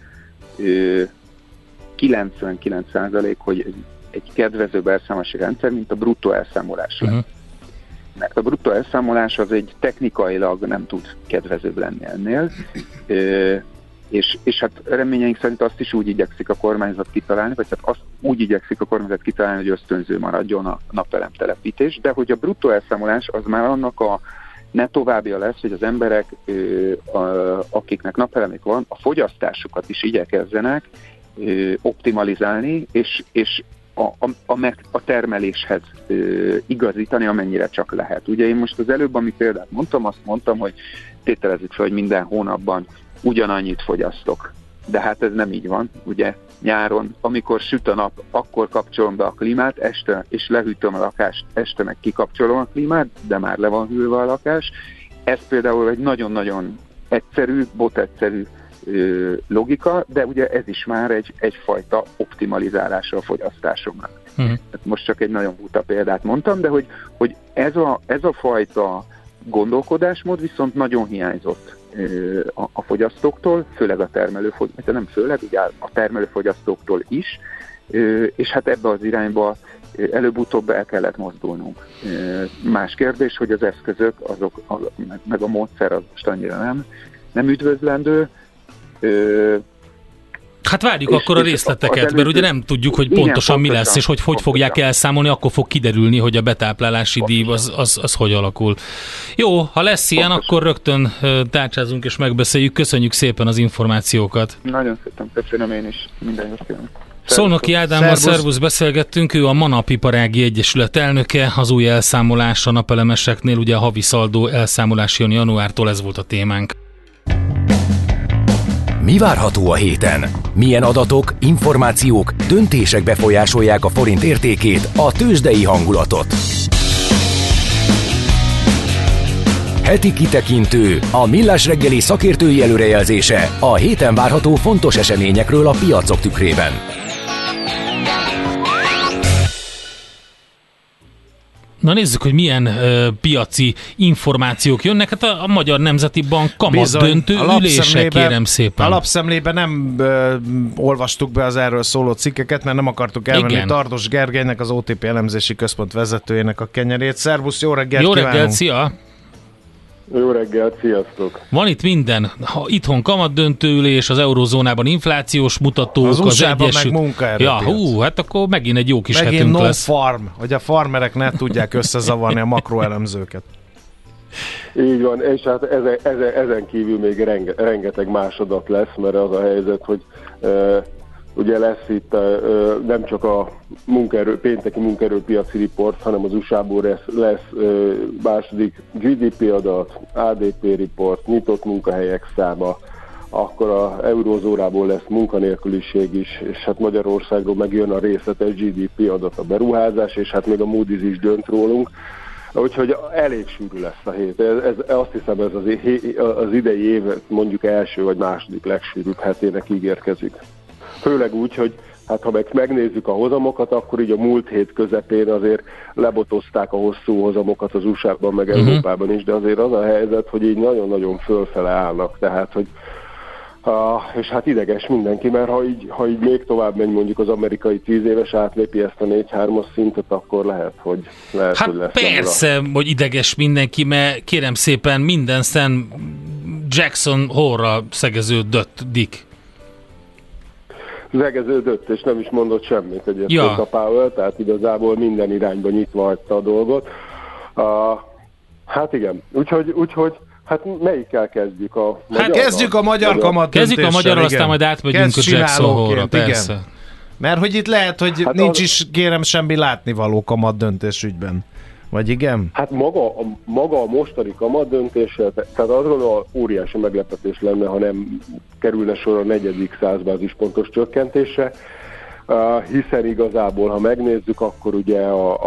Speaker 10: 99%, hogy egy kedvezőbb elszámolási rendszer, mint a bruttó elszámolás. Mert a bruttó elszámolás az egy technikailag nem tud kedvezőbb lenni ennél, és hát reményeink szerint azt is úgy igyekszik a kormányzat kitalálni, vagy hát azt úgy igyekszik a kormányzat kitalálni, hogy ösztönző maradjon a napelemtelepítés, de hogy a bruttó elszámolás az már annak a ne továbbja lesz, hogy az emberek, akiknek napelemik van, a fogyasztásukat is igyekezzenek optimalizálni, és a termeléshez igazítani, amennyire csak lehet. Ugye én most az előbb, ami példát mondtam, azt mondtam, hogy tételezzük fel, hogy minden hónapban ugyanannyit fogyasztok. De hát ez nem így van. Ugye nyáron, amikor süt a nap, akkor kapcsolom be a klímát, este, és lehűtöm a lakást, este meg kikapcsolom a klímát, de már le van hűlve a lakás. Ez például egy nagyon-nagyon egyszerű, botegyszerű logika, de ugye ez is már egyfajta optimalizálása a fogyasztásoknak. Most csak egy nagyon buta példát mondtam, de hogy ez a fajta gondolkodásmód viszont nagyon hiányzott a fogyasztóktól, főleg a termelőfogyasztóktól, nem főleg, ugye a termelőfogyasztóktól is, és hát ebbe az irányba előbb-utóbb el kellett mozdulnunk. Más kérdés, hogy az eszközök, meg a módszer az most annyira nem üdvözlendő.
Speaker 8: Hát várjuk akkor a részleteket, mert ugye nem tudjuk, hogy pontosan mi lesz, és hogy fogják elszámolni, akkor fog kiderülni, hogy a betáplálási díj az hogy alakul. Jó, ha lesz ilyen, akkor rögtön tárcsázunk és megbeszéljük. Köszönjük szépen az információkat.
Speaker 10: Nagyon szépen köszönöm én is. Minden jót kívánok.
Speaker 8: Szolnoki Ádámmal szervusz beszélgettünk, ő a MANAP Iparági Egyesület elnöke, az új elszámolás a napelemeseknél, ugye a havi szaldó elszámolás jön januártól, ez volt a témánk.
Speaker 1: Mi várható a héten? Milyen adatok, információk, döntések befolyásolják a forint értékét, a tőzsdei hangulatot? Heti kitekintő, a Millás reggeli szakértői előrejelzése a héten várható fontos eseményekről a piacok tükrében.
Speaker 8: Na nézzük, hogy milyen piaci információk jönnek. Hát a Magyar Nemzeti Bank kamatdöntő ülése, kérem szépen.
Speaker 7: A lapszemlében nem olvastuk be az erről szóló cikkeket, mert nem akartuk elvenni Tardos Gergelynek, az OTP elemzési központ vezetőjének a kenyerét. Szervusz, jó reggelt kívánunk!
Speaker 8: Jó reggelt, szia!
Speaker 11: Jó reggelt, sziasztok!
Speaker 8: Van itt minden. Itthon kamatdöntőülés, az eurozónában inflációs mutatók,
Speaker 7: az USA-ban meg munkaerőpiac.
Speaker 8: Hát akkor megint egy jó kis
Speaker 7: megint
Speaker 8: hetünk lesz.
Speaker 7: Farm, hogy a farmerek ne tudják összezavarni a makroelemzőket.
Speaker 11: Így van, és hát ezen kívül még rengeteg más adat lesz, mert az a helyzet, hogy ugye lesz itt nem csak a pénteki munkaerőpiaci report, hanem az USA-ból lesz második GDP adat, ADP report, nyitott munkahelyek száma, akkor az eurózónából lesz munkanélküliség is, és hát Magyarországról megjön a részletes GDP adat, a beruházás, és hát még a Moody's is dönt rólunk. Úgyhogy elég sűrű lesz a hét. Azt hiszem, ez az idei év mondjuk első vagy második legsűrűbb hetének ígérkezik. Főleg úgy, hogy hát ha megnézzük a hozamokat, akkor így a múlt hét közepén azért lebotozták a hosszú hozamokat az USA-ban, meg Európában is, de azért az a helyzet, hogy így nagyon-nagyon fölfele állnak. Tehát, hogy és hát ideges mindenki, mert ha így még tovább megy mondjuk az amerikai 10 éves átlépi ezt a 4-3-as szintet, akkor lehet, hogy lesz.
Speaker 8: Persze, hogy ideges mindenki, mert kérem szépen minden szent Jackson Hole-ra szegeződött Dick.
Speaker 11: Zegeződött, és nem is mondott semmit egyébként a Powell, tehát igazából minden irányba nyitva hagyta a dolgot. Hát igen, úgyhogy hát melyikkel kezdjük?
Speaker 7: Kezdjük a magyar kamatdöntéssel.
Speaker 8: Kezdjük a magyarral, aztán majd átmegyünk a Jackson Hole-ra, persze.
Speaker 7: Mert hogy itt lehet, hogy hát nincs is, kérem, semmi látnivaló kamatdöntés ügyben. Vagy igen?
Speaker 11: Hát maga a mostani kamatdöntéssel, tehát azt gondolom, óriási meglepetés lenne, ha nem kerülne sor a 4. 100 bázispontos csökkentésre, hiszen igazából, ha megnézzük, akkor ugye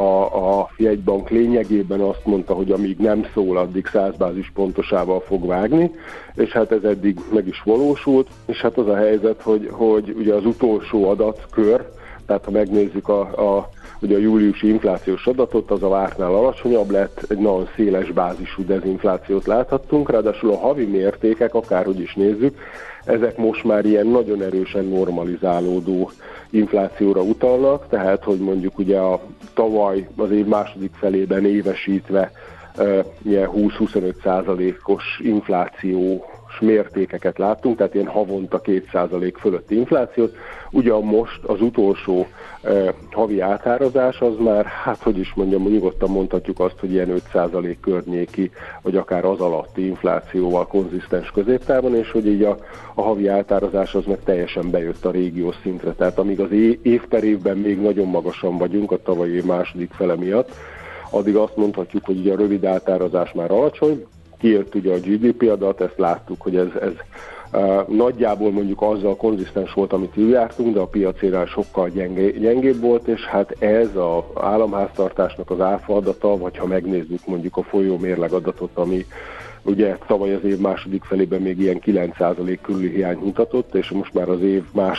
Speaker 11: a jegybank lényegében azt mondta, hogy amíg nem szól, addig 100 bázispontosával fog vágni, és hát ez eddig meg is valósult, és hát az a helyzet, hogy ugye az utolsó adatkör, tehát ha megnézzük ugye a júliusi inflációs adatot, az a vártnál alacsonyabb lett, egy nagyon széles bázisú dezinflációt láthattunk, ráadásul a havi mértékek, akárhogy is nézzük, ezek most már ilyen nagyon erősen normalizálódó inflációra utalnak, tehát hogy mondjuk ugye a tavaly az év második felében évesítve ilyen 20-25%-os inflációs mértékeket láttunk, tehát ilyen havonta 2% fölötti inflációt. Ugyan most az utolsó havi átárazás az már, hát hogy is mondjam, nyugodtan mondhatjuk azt, hogy ilyen 5% környéki, vagy akár az alatti inflációval konzisztens középtávon, és hogy így a havi átárazás az meg teljesen bejött a régiós szintre. Tehát amíg az év per évben még nagyon magasan vagyunk a tavalyi év második fele miatt, addig azt mondhatjuk, hogy ugye a rövid átárazás már alacsony. Kijött ugye a GDP adat, ezt láttuk, hogy ez nagyjából mondjuk azzal konzisztens volt, amit jártunk, de a piacénál sokkal gyengébb volt, és hát ez az államháztartásnak az áfa adata, vagy ha megnézzük mondjuk a folyó mérleg adatot, ami ugye tavaly az év második felében még ilyen 9% körüli hiány mutatott, és most már az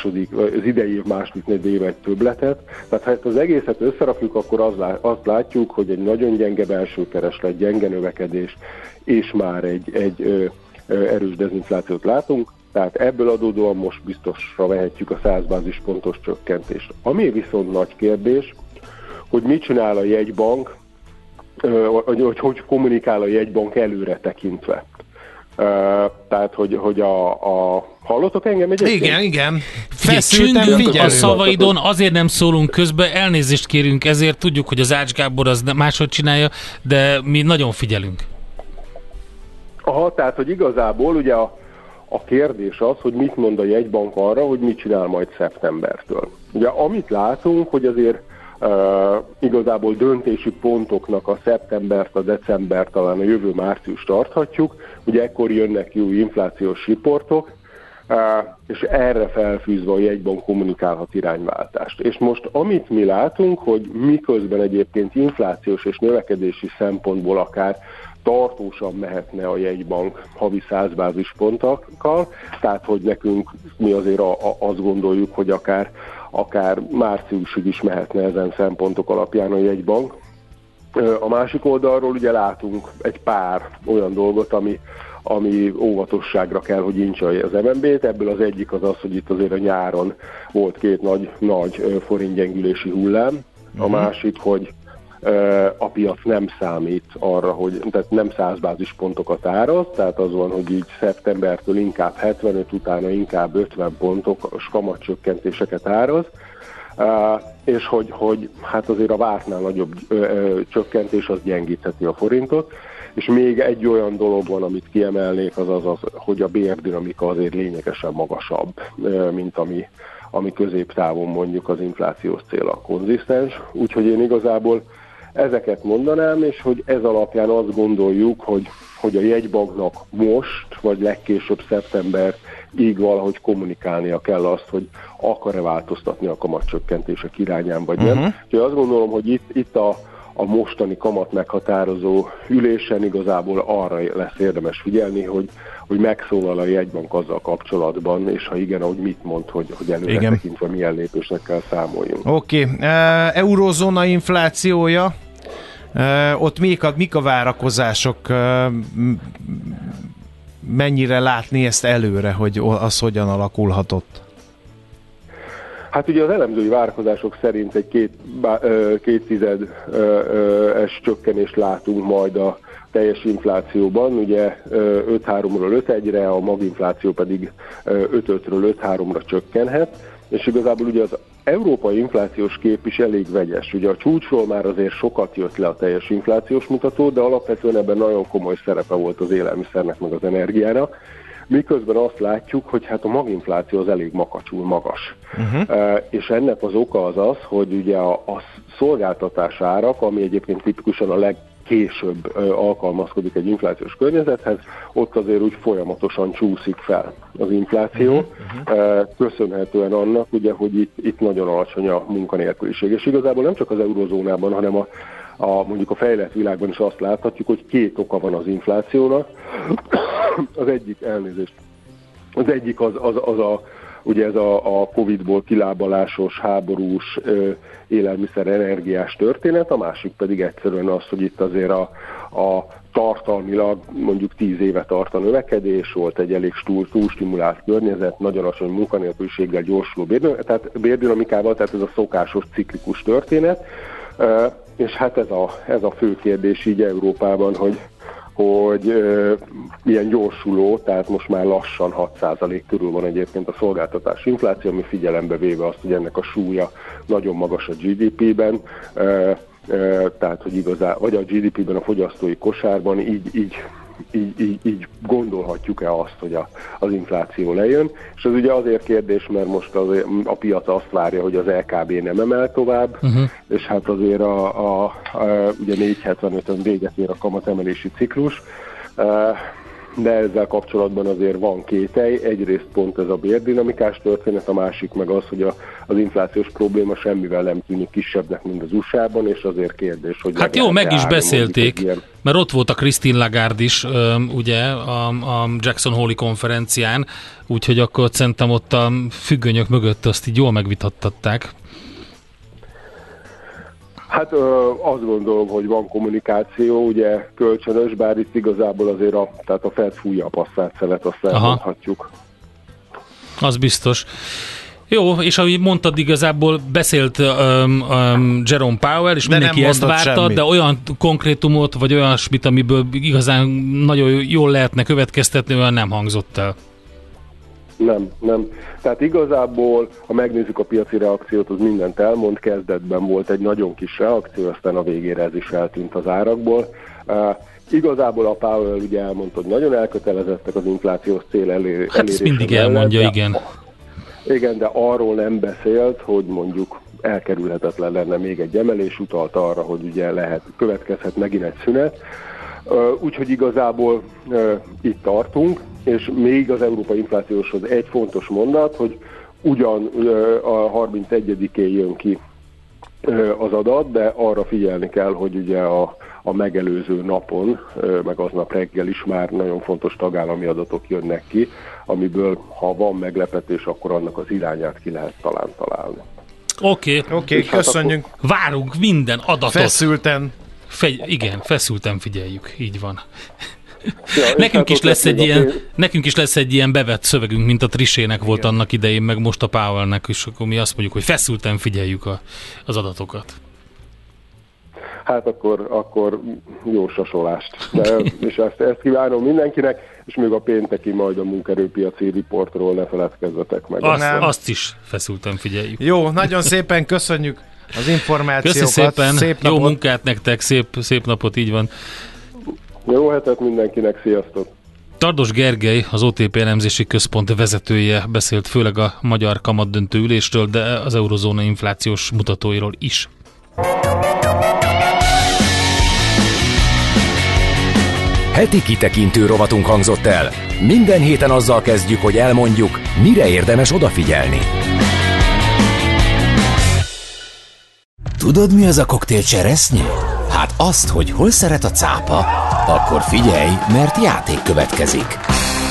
Speaker 11: idei év második negyedéve egy többletet. Tehát ha ezt az egészet összerakjuk, akkor azt látjuk, hogy egy nagyon gyenge belső kereslet, gyenge növekedés, és már egy erős dezinflációt látunk. Tehát ebből adódóan most biztosra vehetjük a 100 bázispontos csökkentést. Ami viszont nagy kérdés, hogy mit csinál a jegybank, hogy kommunikál a jegybank előre tekintve. Tehát, hogy hallottok engem egyébként?
Speaker 7: Igen.
Speaker 8: Csüngünk a szavaidon, azért nem szólunk közbe, elnézést kérünk, ezért tudjuk, hogy az Ács Gábor az máshogy csinálja, de mi nagyon figyelünk.
Speaker 11: Aha, tehát, hogy igazából ugye a kérdés az, hogy mit mond a jegybank arra, hogy mit csinál majd szeptembertől. Ugye amit látunk, hogy azért igazából döntési pontoknak a szeptembert, a decembert, talán a jövő március tarthatjuk, ugye ekkor jönnek jó inflációs riportok, és erre felfűzve a jegybank kommunikálhat irányváltást. És most amit mi látunk, hogy miközben egyébként inflációs és növekedési szempontból akár tartósan mehetne a jegybank havi 100 bázispontokkal, tehát hogy nekünk mi azért azt gondoljuk, hogy akár márciusig is mehetne ezen szempontok alapján a jegybank. A másik oldalról ugye látunk egy pár olyan dolgot, ami óvatosságra kell, hogy incsa az MNB-t. Ebből az egyik az, hogy itt azért a nyáron volt két nagy forintgyengülési hullám. A másik, hogy a piac nem számít arra, tehát nem 100 bázispontokat áraz, tehát az van, hogy így szeptembertől inkább 75, utána inkább 50 pontos kamatcsökkentéseket áraz, és hogy hát azért a vártnál nagyobb csökkentés az gyengítheti a forintot, és még egy olyan dolog van, amit kiemelnék, az, hogy a bérdinamika azért lényegesen magasabb, mint ami középtávon mondjuk az inflációs céllal konzisztens, úgyhogy én igazából ezeket mondanám, és hogy ez alapján azt gondoljuk, hogy hogy a jegybanknak most, vagy legkésőbb szeptemberig valahogy kommunikálnia kell azt, hogy akar-e változtatni a kamatcsökkentések irányán, vagy nem. Úgyhogy azt gondolom, hogy itt a mostani kamat meghatározó ülésen igazából arra lesz érdemes figyelni, hogy megszólal a jegybank azzal kapcsolatban, és ha igen, ahogy mit mond, hogy előre tekintve milyen lépésnek kell számoljunk.
Speaker 7: Oké. Eurózóna inflációja, ott mik a várakozások, mennyire látni ezt előre, hogy az hogyan alakulhatott?
Speaker 11: Hát ugye az elemzői várakozások szerint egy 2,1-es csökkenést látunk majd a teljes inflációban, ugye 5,3-ról 5,1-re, a maginfláció pedig 5,5-ről 5,3-ra csökkenhet, és igazából ugye az európai inflációs kép is elég vegyes. Ugye a csúcsról már azért sokat jött le a teljes inflációs mutató, de alapvetően ebben nagyon komoly szerepe volt az élelmiszernek meg az energiának, miközben azt látjuk, hogy hát a maginfláció az elég makacsul magas. És ennek az oka az, hogy ugye a szolgáltatás árak, ami egyébként tipikusan a legkésőbb alkalmazkodik egy inflációs környezethez, ott azért úgy folyamatosan csúszik fel az infláció, köszönhetően annak, ugye, hogy itt nagyon alacsony a munkanélküliség. És igazából nem csak az eurozónában, hanem mondjuk a fejlett világban is azt láthatjuk, hogy két oka van az inflációnak. Az egyik ugye ez a Covid-ból kilábalásos, háborús, élelmiszer, energiás történet, a másik pedig egyszerűen az, hogy itt azért a tartalmilag mondjuk 10 éve tart a növekedés, volt egy elég túlstimulált környezet, nagyon alacsony munkanélküliséggel gyorsuló bérdinamikával, tehát ez a szokásos ciklikus történet. És hát ez a fő kérdés így Európában, hogy milyen gyorsuló, tehát most már lassan 6% körül van egyébként a szolgáltatás infláció, ami figyelembe véve azt, hogy ennek a súlya nagyon magas a GDP-ben, tehát hogy vagy a GDP-ben, a fogyasztói kosárban így gondolhatjuk-e azt, hogy az infláció lejön. És ez ugye azért kérdés, mert most a piac azt várja, hogy az LKB nem emel tovább, és hát azért ugye 4,75-ön véget ér a kamatemelési ciklus, de ezzel kapcsolatban azért van kételj. Egyrészt pont ez a bérdinamikás történet, a másik meg az, hogy az inflációs probléma semmivel nem tűnik kisebbnek, mint az USA-ban, és azért kérdés, hogy...
Speaker 8: Hát jó, meg is beszélték, mert ott volt a Christine Lagarde is, ugye, a Jackson Hole-i konferencián, úgyhogy akkor szerintem ott a függönyök mögött azt így jól megvitattatták.
Speaker 11: Hát azt gondolom, hogy van kommunikáció, ugye kölcsönös, bár itt igazából azért tehát a Fed fújja a passzát szelet, azt elmondhatjuk.
Speaker 8: Az biztos. Jó, és ahogy mondtad, igazából beszélt Jerome Powell, és de mindenki ezt várta, semmit. De olyan konkrétumot, vagy olyasmit, amiből igazán nagyon jól lehetne következtetni, olyan nem hangzott el.
Speaker 11: Nem. Tehát igazából, ha megnézzük a piaci reakciót, az mindent elmond, kezdetben volt egy nagyon kis reakció, aztán a végére ez is eltűnt az árakból. Igazából a Powell ugye elmondta, hogy nagyon elkötelezettek az inflációs cél elérése.
Speaker 8: Hát ezt mindig elmondja, igen.
Speaker 11: Igen, de arról nem beszélt, hogy mondjuk elkerülhetetlen lenne még egy emelés, utalt arra, hogy ugye következhet megint egy szünet. Úgyhogy igazából itt tartunk, és még az európai inflációshoz egy fontos mondat, hogy ugyan a 31-én jön ki az adat, de arra figyelni kell, hogy ugye a megelőző napon, meg aznap reggel is már nagyon fontos tagállami adatok jönnek ki, amiből ha van meglepetés, akkor annak az irányát ki lehet találni.
Speaker 8: Oké,
Speaker 7: köszönjük.
Speaker 8: Hát várunk minden adatot.
Speaker 7: Feszülten.
Speaker 8: Feszülten figyeljük, így van.
Speaker 11: Ja,
Speaker 8: nekünk is lesz egy ilyen bevett szövegünk, mint a Trichének volt annak idején, meg most a Powellnek, és akkor mi azt mondjuk, hogy feszülten figyeljük az adatokat.
Speaker 11: Hát akkor jó sasolást. És ezt kívánom mindenkinek, és még a pénteki majd a munkaerőpiaci riportról ne feledkezzetek meg.
Speaker 8: Azt is feszülten figyeljük.
Speaker 7: Jó, nagyon szépen köszönjük az információkat.
Speaker 8: Köszi szépen,
Speaker 7: szép
Speaker 8: jó munkát nektek, szép napot, így van.
Speaker 11: Jó hetet mindenkinek, sziasztok!
Speaker 8: Tardos Gergely, az OTP elemzési központ vezetője beszélt főleg a magyar kamatdöntő ülésről, de az eurozóna inflációs mutatóiról is.
Speaker 1: Heti kitekintő rovatunk hangzott el. Minden héten azzal kezdjük, hogy elmondjuk, mire érdemes odafigyelni.
Speaker 2: Tudod, mi az a koktél cseresznye? Hát azt, hogy hol szeret a cápa, akkor figyelj, mert játék következik.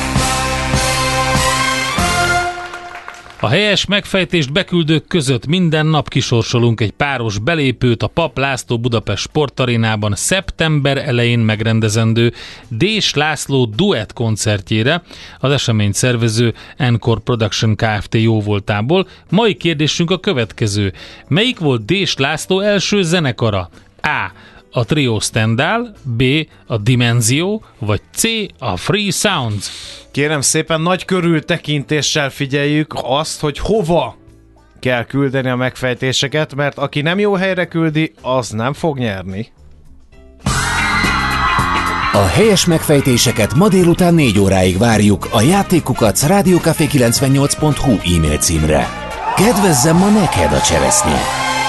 Speaker 8: A helyes megfejtést beküldők között minden nap kisorsolunk egy páros belépőt a Papp László Budapest Sportarénában szeptember elején megrendezendő Dés László duett koncertjére, az eseményt szervező Encore Production Kft. Jóvoltából. Mai kérdésünk a következő. Melyik volt Dés László első zenekara? A. A Trio Stendhal, B. A Dimenzió, vagy C. A Free Sounds?
Speaker 7: Kérem szépen, nagy körültekintéssel figyeljük azt, hogy hova kell küldeni a megfejtéseket, mert aki nem jó helyre küldi, az nem fog nyerni.
Speaker 2: A helyes megfejtéseket ma délután 4 óráig várjuk a játékukac@rádiókafé98.hu e-mail címre. Kedvezzem ma neked a cseresznye!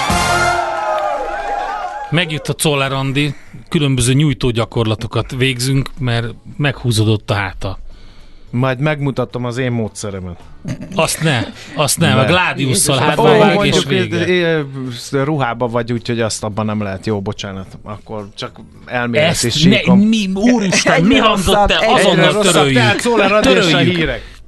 Speaker 8: Megjött a Czoller Andi, különböző nyújtógyakorlatokat végzünk, mert meghúzódott a háta.
Speaker 7: Majd megmutatom az én módszeremet.
Speaker 8: Azt nem, a Gladiusszal hátba vág és vége.
Speaker 7: Ruhába vagy, úgyhogy azt abban nem lehet. Jó, bocsánat. Akkor csak elméleti síkom.
Speaker 8: Úristen, mi hangzott el? Azonnal töröljük.
Speaker 7: Czoller Andi és a hírek.